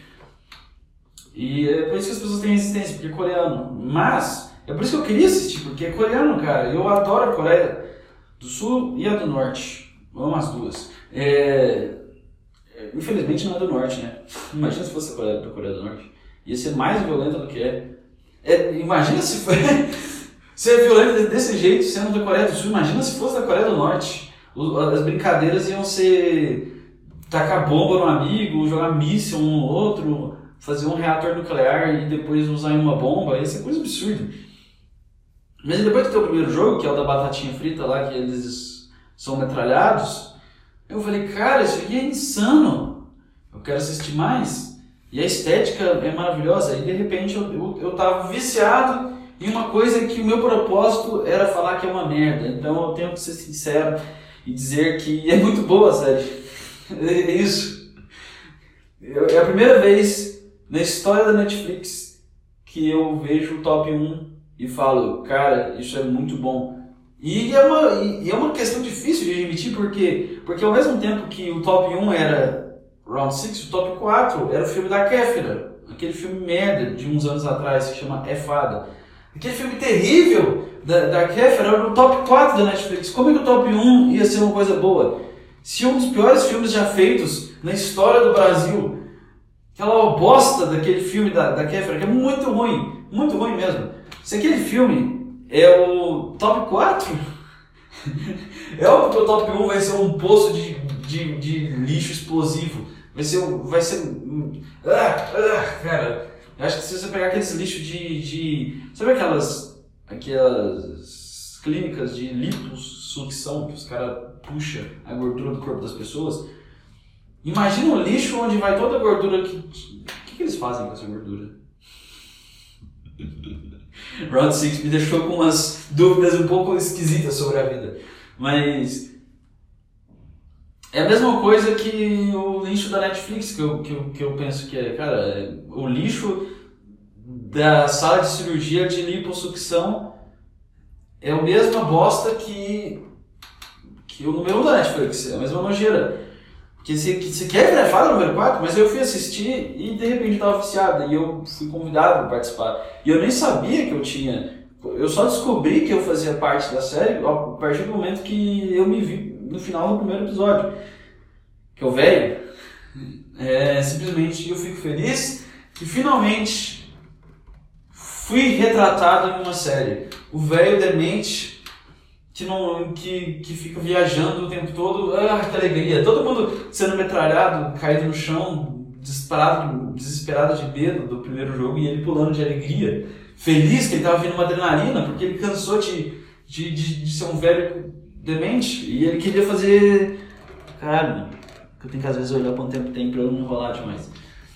E é por isso que as pessoas têm resistência, porque é coreano. Mas, é por isso que eu queria assistir, porque é coreano, cara. Eu adoro a Coreia do Sul e a do Norte. Eu amo as duas. É... Infelizmente não é do Norte, né? Imagina se fosse a Coreia, da Coreia do Norte. Ia ser mais violenta do que é. é imagina se foi... se é violenta desse jeito, sendo da Coreia do Sul, imagina se fosse da Coreia do Norte. As brincadeiras iam ser tacar bomba no amigo, jogar míssil um no outro, fazer um reator nuclear e depois usar em uma bomba, ia ser coisa absurda. Mas depois que tem o primeiro jogo, que é o da batatinha frita lá, que eles são metralhados, eu falei, cara, isso aqui é insano, eu quero assistir mais. E a estética é maravilhosa, e de repente eu, eu, eu tava viciado em uma coisa que o meu propósito era falar que é uma merda. Então eu tenho que ser sincero e dizer que é muito boa a série. É isso. É a primeira vez na história da Netflix que eu vejo o top um e falo, cara, isso é muito bom. E é uma, e é uma questão difícil de admitir, porque, porque ao mesmo tempo que o top um era Round seis, o top quatro era o filme da Kéfera, aquele filme merda de uns anos atrás que chama É Fada. Aquele filme terrível da, da Kéfera era o top quatro da Netflix. Como é que o top um ia ser uma coisa boa? Se um dos piores filmes já feitos na história do Brasil, aquela bosta daquele filme da, da Kéfera, que é muito ruim, muito ruim mesmo. Se aquele filme é o top quatro, é óbvio que o top um vai ser um poço de, de, de lixo explosivo. Vai ser... Vai ser ah, ah, cara, eu acho que se você pegar aqueles lixos de, de... Sabe aquelas, aquelas clínicas de liposucção que os caras puxam a gordura do corpo das pessoas? Imagina um lixo onde vai toda a gordura que... O que, que eles fazem com essa gordura? Round seis me deixou com umas dúvidas um pouco esquisitas sobre a vida. Mas é a mesma coisa que o lixo da Netflix, que eu, que eu, que eu penso que é, cara, é o lixo da sala de cirurgia de liposucção é a mesma bosta que, que o número um da Netflix, é a mesma nojeira. Porque você, você quer virar fada número quatro, mas eu fui assistir e de repente estava viciado e eu fui convidado para participar. E eu nem sabia que eu tinha, eu só descobri que eu fazia parte da série a partir do momento que eu me vi no final do primeiro episódio. Que é o velho. É, simplesmente eu fico feliz que finalmente fui retratado em uma série. O velho demente que, não, que, que fica viajando o tempo todo, ah, que alegria. Todo mundo sendo metralhado, caído no chão, desesperado, desesperado de medo do primeiro jogo e ele pulando de alegria. Feliz que ele estava vindo uma adrenalina, porque ele cansou de, de, de, de ser um velho demente e ele queria fazer... Caralho, eu tenho que às vezes olhar quanto tempo tem pra eu não enrolar demais.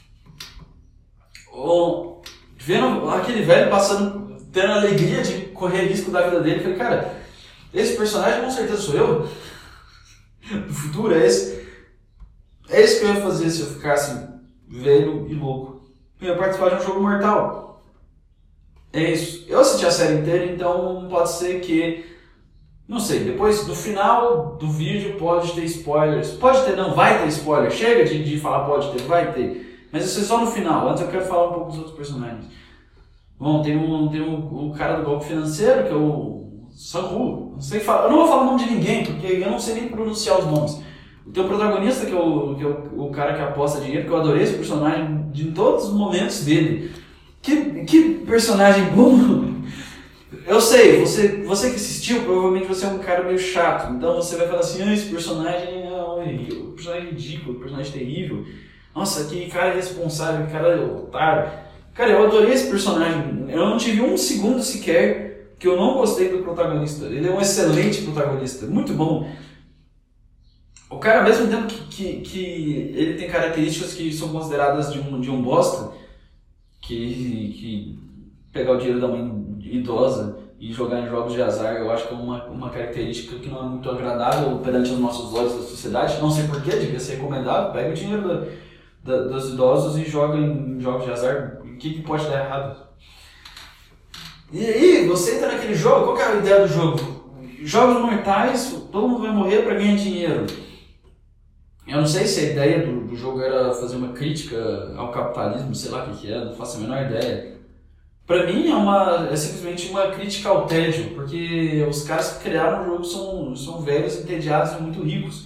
Ou, vendo aquele velho passando, tendo a alegria de correr risco da vida dele, eu falei, cara, esse personagem com certeza sou eu. Do futuro é esse. É isso que eu ia fazer se eu ficasse velho e louco. Eu ia participar de um jogo mortal. É isso. Eu assisti a série inteira, então pode ser que... Não sei, depois no final do vídeo pode ter spoilers. Pode ter, não, vai ter spoiler. Chega de, de falar pode ter, vai ter. Mas isso é só no final. Antes eu quero falar um pouco dos outros personagens. Bom, tem um, tem um, o cara do golpe financeiro, que é o Sang-woo. Não sei falar, eu não vou falar o nome de ninguém, porque eu não sei nem pronunciar os nomes. Tem o protagonista, que é o, que é o, o cara que aposta dinheiro, que eu adorei esse personagem de todos os momentos dele. Que, que personagem bom! Eu sei, você, você que assistiu, provavelmente você é um cara meio chato, então você vai falar assim, ah, esse personagem é um personagem ridículo, um personagem terrível. Nossa, que cara irresponsável, que cara otário. Cara, eu adorei esse personagem. Eu não tive um segundo sequer que eu não gostei do protagonista. Ele é um excelente protagonista, muito bom. O cara, ao mesmo tempo que, que, que ele tem características que são consideradas de um, de um bosta, que, que pegar o dinheiro da mãe idosa e jogar em jogos de azar, eu acho que é uma, uma característica que não é muito agradável perante os nossos olhos da sociedade. Não sei porquê, devia ser recomendado. Pega o dinheiro da, da, dos idosos e joga em jogos de azar. O que, que pode dar errado? E aí, você entra naquele jogo, qual que é a ideia do jogo? Jogos mortais, todo mundo vai morrer para ganhar dinheiro. Eu não sei se a ideia do, do jogo era fazer uma crítica ao capitalismo, sei lá o que, que é, não faço a menor ideia. Pra mim é, uma, é simplesmente uma crítica ao tédio, porque os caras que criaram o jogo são, são velhos, entediados e muito ricos.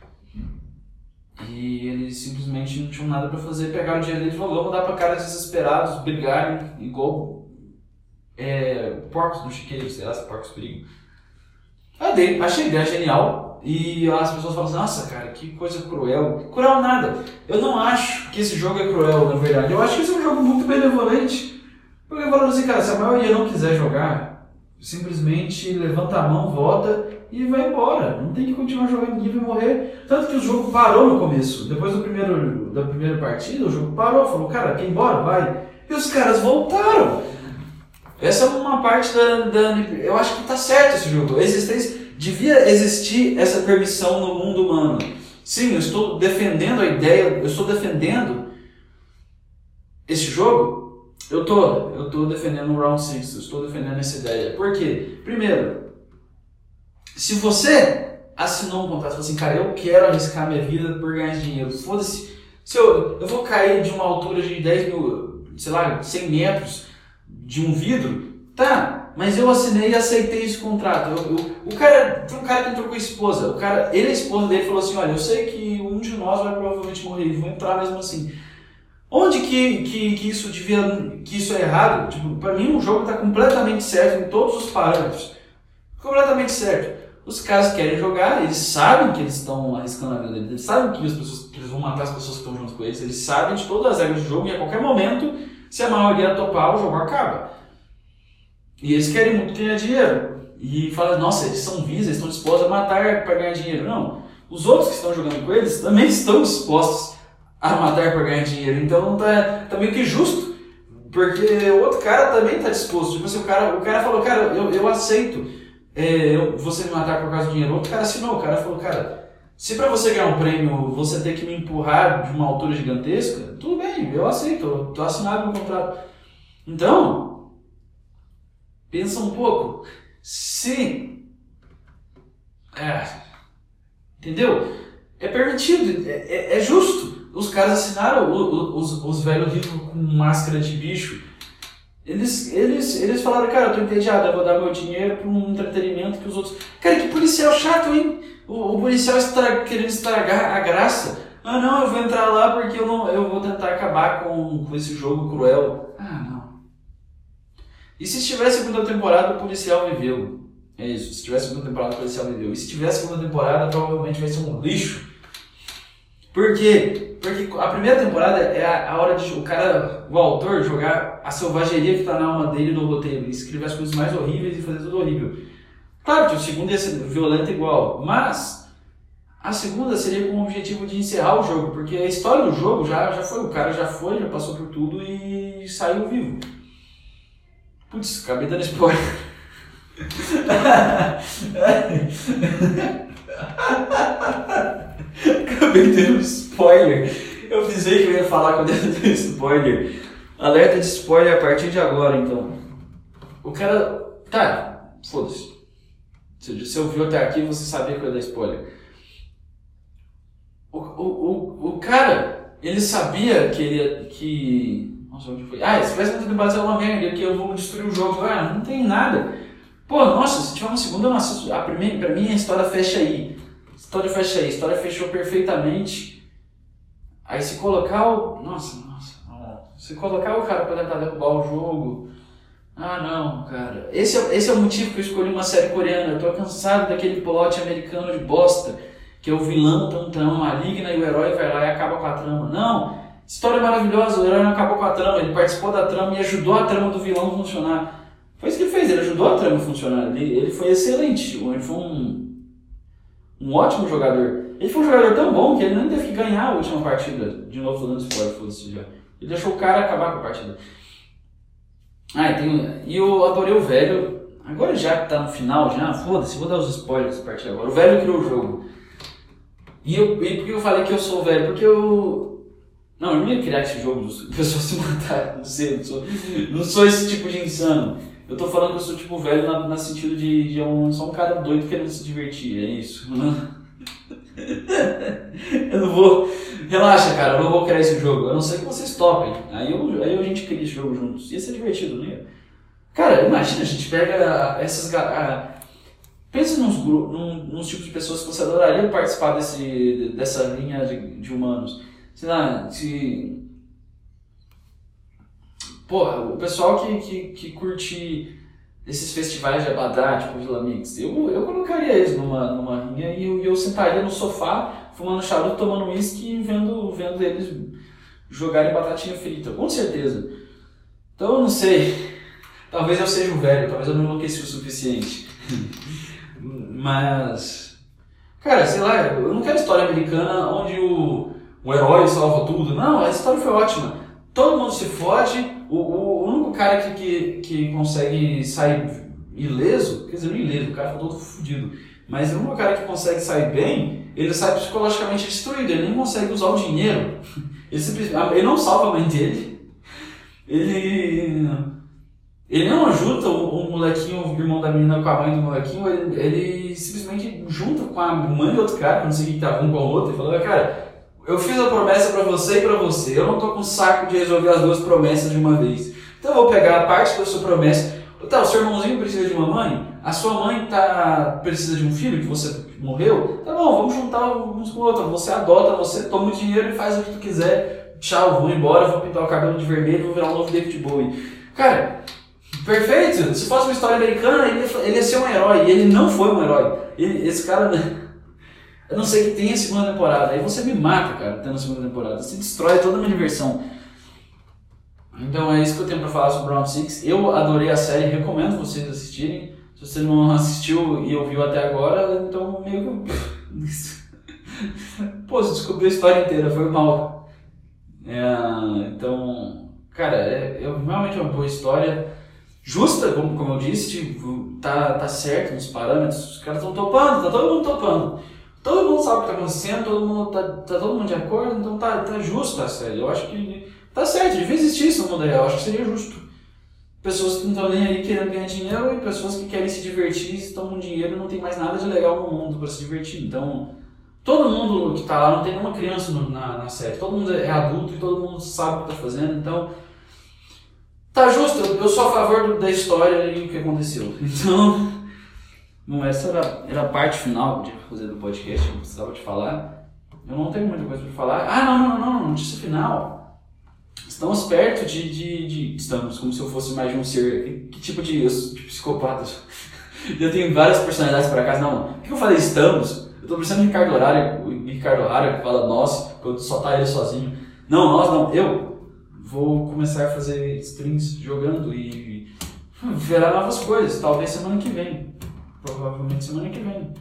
E eles simplesmente não tinham nada pra fazer, pegaram o dinheiro deles e falaram, vamos dar pra caras desesperados, brigarem igual é, porcos no chiqueiro, sei lá se porcos brigam. Achei a ideia genial e as pessoas falam assim, nossa cara, que coisa cruel. Cruel nada. Eu não acho que esse jogo é cruel, na verdade. Eu acho que esse é um jogo muito benevolente. Porque eu falo assim, cara, se a maioria não quiser jogar, simplesmente levanta a mão, vota e vai embora. Não tem que continuar jogando, ninguém vai morrer. Tanto que o jogo parou no começo. Depois do primeiro, da primeira partida, o jogo parou, falou, cara, quer ir embora? Vai. E os caras voltaram. Essa é uma parte da, da... Eu acho que tá certo esse jogo. Existência, devia existir essa permissão no mundo humano. Sim, eu estou defendendo a ideia, eu estou defendendo esse jogo. Eu tô, eu tô defendendo o Round six, eu estou defendendo essa ideia. Por quê? Primeiro, se você assinou um contrato e falou assim, cara, eu quero arriscar minha vida por ganhar dinheiro, foda-se, se eu, eu vou cair de uma altura de dez mil, sei lá, cem metros de um vidro, tá, mas eu assinei e aceitei esse contrato. Eu, eu, o cara, tem um cara que entrou com a esposa, o cara, ele e a esposa dele falou assim, olha, eu sei que um de nós vai provavelmente morrer, e vou entrar mesmo assim. Onde que, que, que isso devia, que isso é errado? Tipo, pra mim o jogo está completamente certo em todos os parâmetros. Completamente certo. Os caras querem jogar, eles sabem que eles estão arriscando a vida deles, eles sabem que, as pessoas, que eles vão matar as pessoas que estão junto com eles, eles sabem de todas as regras do jogo e a qualquer momento, se a maioria topar, o jogo acaba. E eles querem muito ganhar dinheiro. E falam, nossa, eles são vis, eles estão dispostos a matar para ganhar dinheiro. Não. Os outros que estão jogando com eles também estão dispostos a matar para ganhar dinheiro. Então tá, tá meio que justo. Porque o outro cara também está disposto. Tipo assim, o cara, o cara falou, cara, eu, eu aceito é, eu, você me matar por causa do dinheiro. O outro cara assinou. O cara falou, cara, se para você ganhar um prêmio você ter que me empurrar de uma altura gigantesca, tudo bem, eu aceito. Eu tô assinado no contrato. Então, pensa um pouco. Se... É, entendeu? É permitido, é, é, é justo. Os caras assinaram, os, os, os velhos ricos com máscara de bicho. Eles, eles, eles falaram, cara, eu tô entediado, eu vou dar meu dinheiro para um entretenimento que os outros... Cara, que policial chato, hein? O, o policial está querendo estragar a graça. Ah, não, eu vou entrar lá porque eu, não, eu vou tentar acabar com, com esse jogo cruel. Ah, não. E se tivesse segunda temporada, o policial viveu. É isso, se tivesse segunda temporada, o policial viveu. E se tivesse segunda temporada, provavelmente vai ser um lixo. Por quê? Porque a primeira temporada é a, a hora de o cara, o autor, jogar a selvageria que está na alma dele no roteiro. E escrever as coisas mais horríveis e fazer tudo horrível. Claro que o segundo ia ser violento igual, mas a segunda seria com o objetivo de encerrar o jogo. Porque a história do jogo já, já foi, o cara já foi, já passou por tudo e saiu vivo. Putz, acabei dando spoiler. Acabei dando spoiler. Eu avisei que eu ia falar quando eu dei spoiler. Alerta de spoiler a partir de agora, então. O cara... Tá, foda-se. Se você ouviu até aqui, você sabia que eu ia dar spoiler. O, o, o, o cara, ele sabia que ele ia... Que... Nossa, onde foi? Ah, se tivesse muito temporada, é uma merda, que eu vou destruir o jogo. Ah, não tem nada. Pô, nossa, se tiver uma segunda, eu não assisto. Ah, pra, mim, pra mim a história fecha aí. A história fecha aí. A história fechou perfeitamente. Aí se colocar o... Nossa, nossa. Se colocar o cara pra tentar derrubar o jogo... Ah, não, cara. Esse é, esse é o motivo que eu escolhi uma série coreana. Eu tô cansado daquele plot americano de bosta. Que é o vilão tantão, maligna, e o herói vai lá e acaba com a trama. Não! História maravilhosa, o herói não acabou com a trama, ele participou da trama e ajudou a trama do vilão a funcionar. Foi isso que ele fez, ele ajudou a trama a funcionar, ele, ele foi excelente, ele foi um, um ótimo jogador. Ele foi um jogador tão bom que ele nem teve que ganhar a última partida. De novo falando spoiler, foda-se já. Ele deixou o cara acabar com a partida. Ah, e, tem, e eu adorei o velho. Agora já que tá no final, já, foda-se, vou dar os spoilers dessa partida agora. O velho criou o jogo. E, eu, e por que eu falei que eu sou velho? Porque eu... Não, eu não ia criar esse jogo dos pessoas se matarem, não sei, não sou, não sou esse tipo de insano. Eu tô falando que eu sou tipo velho na, na sentido de, de eu sou um cara doido querendo se divertir, é isso. Eu não vou... Relaxa, cara, eu não vou criar esse jogo, a não ser que vocês topem. Aí, eu, aí a gente cria esse jogo juntos. Ia ser divertido, não ia? Cara, imagina, a gente pega essas... A, pensa nos, num, nos tipos de pessoas que você adoraria participar desse, dessa linha de, de humanos. Sei lá, se... Porra, o pessoal que, que, que curte esses festivais de abadá, tipo Vila Mix, eu, eu colocaria eles numa, numa rinha e eu, eu sentaria no sofá, fumando charuto, tomando uísque e vendo, vendo eles jogarem batatinha frita, com certeza. Então eu não sei, talvez eu seja um velho, talvez eu não enlouqueci o suficiente. Mas, cara, sei lá, eu não quero história americana onde o, o herói salva tudo. Não, a história foi ótima. Todo mundo se fode, o, o, o único cara que, que, que consegue sair ileso, quer dizer, não ileso, o cara ficou todo fudido, mas o único cara que consegue sair bem, ele sai psicologicamente destruído, ele nem consegue usar o dinheiro. Ele, simplesmente, ele não salva a mãe dele, ele... Ele não ajuda o, o molequinho, o irmão da menina com a mãe do molequinho, ele, ele simplesmente junta com a mãe do outro cara, que não sei o que tava um com o outro, e fala, cara, eu fiz a promessa pra você e pra você, eu não tô com saco de resolver as duas promessas de uma vez. Então eu vou pegar a parte da sua promessa. Tá, o seu irmãozinho precisa de uma mãe, a sua mãe tá, precisa de um filho, que você morreu, tá bom, vamos juntar uns com o outro, você adota, você toma o dinheiro e faz o que tu quiser, tchau, vou embora, vou pintar o cabelo de vermelho, vou virar um novo David Bowie. Cara... Perfeito! Se fosse uma história americana, ele, ele ia ser um herói, e ele não foi um herói. Ele, esse cara, a não ser que tenha a segunda temporada, aí você me mata, cara, tendo a segunda temporada. Você destrói toda a minha diversão. Então é isso que eu tenho pra falar sobre Round six. Eu adorei a série, recomendo vocês assistirem. Se você não assistiu e ouviu até agora, então meio que... Pô, você descobriu a história inteira, foi mal. É, então, cara, é, é realmente uma boa história. Justa, como, como eu disse, tipo, tá, tá certo nos parâmetros, os caras estão topando, tá todo mundo topando. Todo mundo sabe o que tá acontecendo, todo mundo tá, tá todo mundo de acordo, então tá, tá justo a série. Eu acho que tá certo, devia existir isso no mundo real, eu acho que seria justo. Pessoas que não estão nem aí querendo ganhar dinheiro e pessoas que querem se divertir, estão com dinheiro e não tem mais nada de legal no mundo para se divertir. Então, todo mundo que tá lá, não tem nenhuma criança no, na, na série, todo mundo é adulto e todo mundo sabe o que tá fazendo, então... Tá justo, eu sou a favor da história e o que aconteceu. Então, bom, essa era, era a parte final de fazer do podcast, eu precisava te falar. Eu não tenho muita coisa para falar. Ah, não, não, não, não, notícia final. Estamos perto de, de, de... Estamos, como se eu fosse mais de um ser... Que, que tipo de, de psicopata? Eu tenho várias personalidades para casa. Não, por que eu falei estamos? Eu tô pensando em Ricardo O'Hara, o Ricardo O'Hara que fala nós, quando só tá ele sozinho. Não, nós não, eu... Vou começar a fazer streams jogando e hum, verá novas coisas, talvez semana que vem. Provavelmente semana que vem.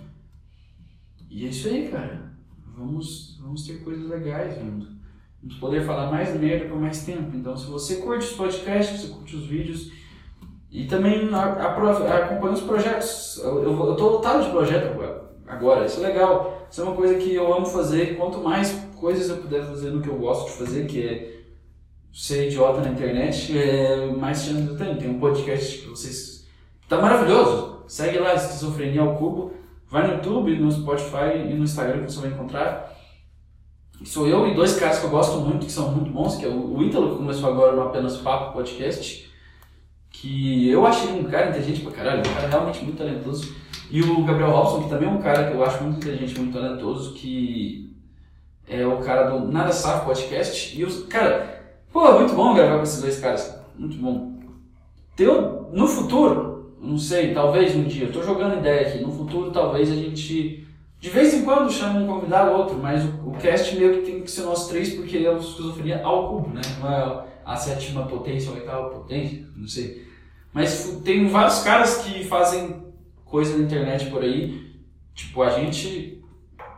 E é isso aí, cara. Vamos, vamos ter coisas legais vindo. Vamos poder falar mais merda por mais tempo. Então, se você curte os podcasts, se você curte os vídeos e também a, a, acompanha os projetos. Eu, eu, eu tô lotado de projeto agora. agora. Isso é legal. Isso é uma coisa que eu amo fazer. Quanto mais coisas eu puder fazer no que eu gosto de fazer, que é ser idiota na internet, é, mais chance eu tenho. Tem um podcast que vocês... Tá maravilhoso! Segue lá, Esquizofrenia ao Cubo. Vai no YouTube, no Spotify e no Instagram que você vai encontrar. Sou eu e dois caras que eu gosto muito, que são muito bons, que é o Ítalo, que começou agora no Apenas Papo Podcast, que eu achei um cara inteligente pra caralho, um cara realmente muito talentoso. E o Gabriel Robson, que também é um cara que eu acho muito inteligente, muito talentoso, que é o cara do Nada Safo Podcast. E os... Cara... Pô, é muito bom gravar com esses dois caras, muito bom. Teu, no futuro, não sei, talvez um dia, eu tô jogando ideia aqui, no futuro talvez a gente, de vez em quando, chame um convidado ou outro, mas o, o cast meio que tem que ser nós três, porque é o Esquizofrenia ao cubo, né? Não é a sétima potência ou a oitava potência, não sei. Mas tem vários caras que fazem coisa na internet por aí, tipo, a gente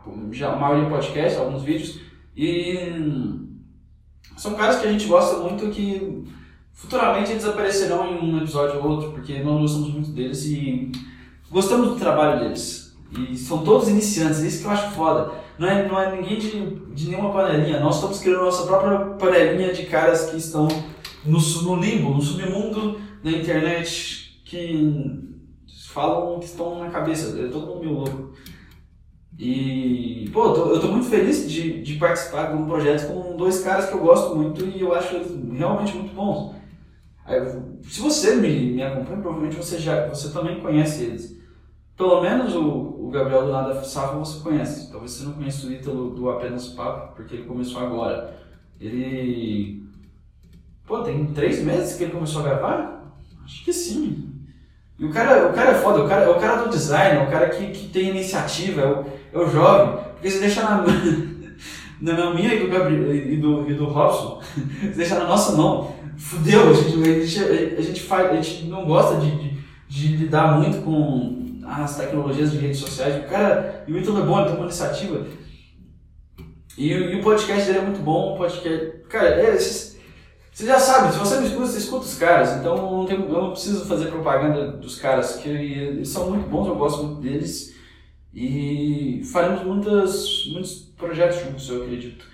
já, a maioria podcast, alguns vídeos, e são caras que a gente gosta muito, que futuramente eles aparecerão em um episódio ou outro, porque nós gostamos muito deles e gostamos do trabalho deles. E são todos iniciantes, é isso que eu acho foda. Não é, não é ninguém de, de nenhuma panelinha, nós estamos criando a nossa própria panelinha de caras que estão no, no limbo, no submundo da internet, que falam que estão na cabeça, é todo mundo meio louco. E, pô, eu tô, eu tô muito feliz de, de participar de um projeto com dois caras que eu gosto muito e eu acho eles realmente muito bons. Aí, se você me, me acompanha, provavelmente você, já, você também conhece eles. Pelo menos o, o Gabriel do Nada Safa você conhece. Talvez você não conheça o Ítalo do Apenas Papo, porque ele começou agora. Ele... Pô, tem três meses que ele começou a gravar? Acho que sim. E o cara, o cara é foda, o cara, é o cara do design, é o cara que, que tem iniciativa, é o, é o jovem. Porque se deixar na, na minha e do, Gabriel, e do, e do Robson, se deixar na nossa mão, fudeu, a gente, a gente, a gente, faz, a gente não gosta de, de, de lidar muito com as tecnologias de redes sociais. O cara, e o Ítalo é bom, ele tem uma iniciativa. E, e o podcast dele é muito bom, o podcast... Cara, é, esses, você já sabe, se você me escuta, você escuta os caras, então eu não, tenho, eu não preciso fazer propaganda dos caras, que eles são muito bons, eu gosto muito deles. E faremos muitas, muitos projetos juntos, eu acredito.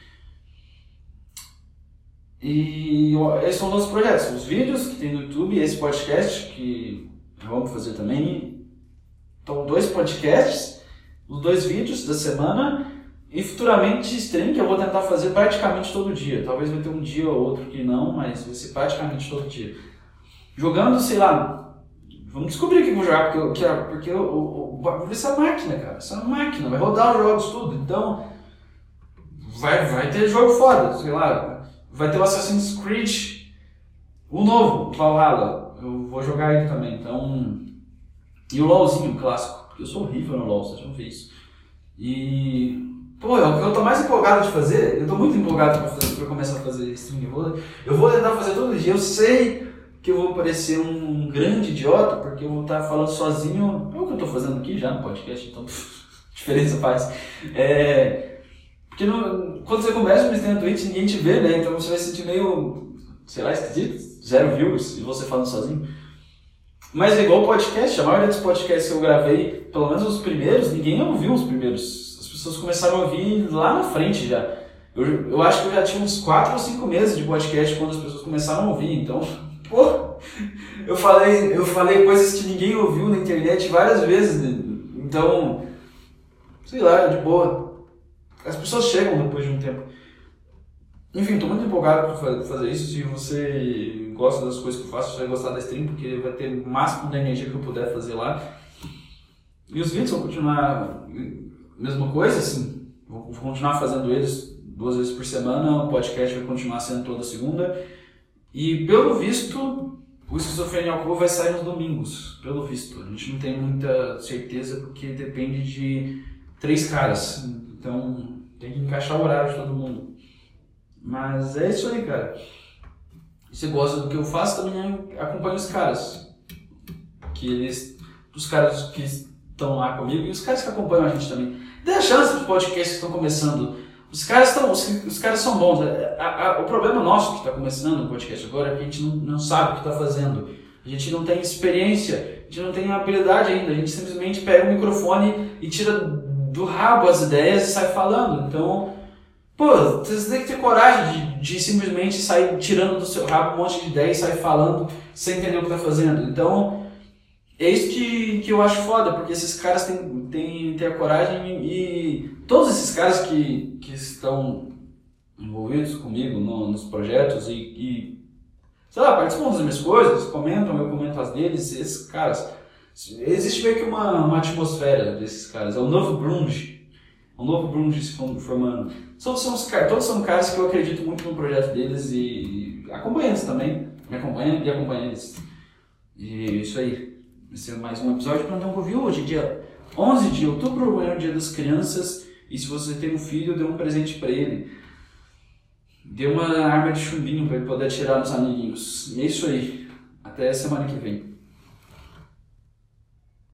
E esses são os nossos projetos, os vídeos que tem no YouTube, esse podcast que vamos fazer também. Então, dois podcasts, os dois vídeos da semana e futuramente stream, que eu vou tentar fazer praticamente todo dia. Talvez vai ter um dia ou outro que não, mas vai ser praticamente todo dia. Jogando, sei lá, vamos descobrir o que eu vou jogar, porque, eu, que, porque eu, o bagulho é essa máquina, cara. Essa máquina, vai rodar os jogos tudo. Então, vai, vai ter jogo foda, sei lá. Vai ter o Assassin's Creed, o novo, Valhalla. Eu vou jogar ele também, então... E o LOLzinho, o clássico, porque eu sou horrível no LOL, vocês vão ver isso. E... Pô, eu, eu tô mais empolgado de fazer, eu tô muito empolgado pra, fazer, pra começar a fazer stream. Eu vou, eu vou tentar fazer todo dia, eu sei que eu vou parecer um grande idiota, porque eu vou estar falando sozinho, é o que eu tô fazendo aqui já no podcast, então diferença faz. É, porque no, quando você começa a me stream na Twitch, ninguém te vê, né, então você vai se sentir meio, sei lá, esquisito, zero views, e você falando sozinho. Mas é igual o podcast, a maioria dos podcasts que eu gravei, pelo menos os primeiros, ninguém ouviu os primeiros. As pessoas começaram a ouvir lá na frente já. Eu, eu acho que eu já tinha uns quatro ou cinco meses de podcast quando as pessoas começaram a ouvir, então, pô, eu falei, eu falei coisas que ninguém ouviu na internet várias vezes, né? Então, sei lá, de boa. As pessoas chegam depois de um tempo. Enfim, estou muito empolgado por fazer isso. Se você gosta das coisas que eu faço, você vai gostar da stream, porque vai ter o máximo da energia que eu puder fazer lá. E os vídeos vão continuar a mesma coisa, assim, vou continuar fazendo eles duas vezes por semana, o podcast vai continuar sendo toda segunda. E pelo visto, o Esquizofrenia ao Cubo vai sair nos domingos, pelo visto. A gente não tem muita certeza porque depende de três caras, então tem que encaixar o horário de todo mundo. Mas é isso aí, cara. Se você gosta do que eu faço, também acompanha os caras. Que eles, os caras que estão lá comigo e os caras que acompanham a gente também. Dê a chance para os podcasts que estão começando. Os caras, estão, os, os caras são bons. A, a, o problema nosso que está começando o podcast agora é que a gente não, não sabe o que está fazendo. A gente não tem experiência, a gente não tem habilidade ainda. A gente simplesmente pega o microfone e tira do rabo as ideias e sai falando. Então... Pô, você tem que ter coragem de, de simplesmente sair tirando do seu rabo um monte de ideia e sair falando sem entender o que tá fazendo. Então, é isso que, que eu acho foda, porque esses caras têm, têm ter a coragem e todos esses caras que, que estão envolvidos comigo no, nos projetos e, e, sei lá, participam das minhas coisas, comentam, eu comento as deles, esses caras, existe meio que uma, uma atmosfera desses caras, é o novo grunge. Um novo grunge se formando. Todos são, os, todos são caras que eu acredito muito no projeto deles e acompanho eles também. Me acompanham e acompanho eles. E isso aí. Esse é mais um episódio de Plantão Covil. Hoje, dia onze de outubro, é o dia das crianças. E se você tem um filho, dê um presente pra ele. Dê uma arma de chumbinho pra ele poder atirar nos amiguinhos. E é isso aí. Até semana que vem.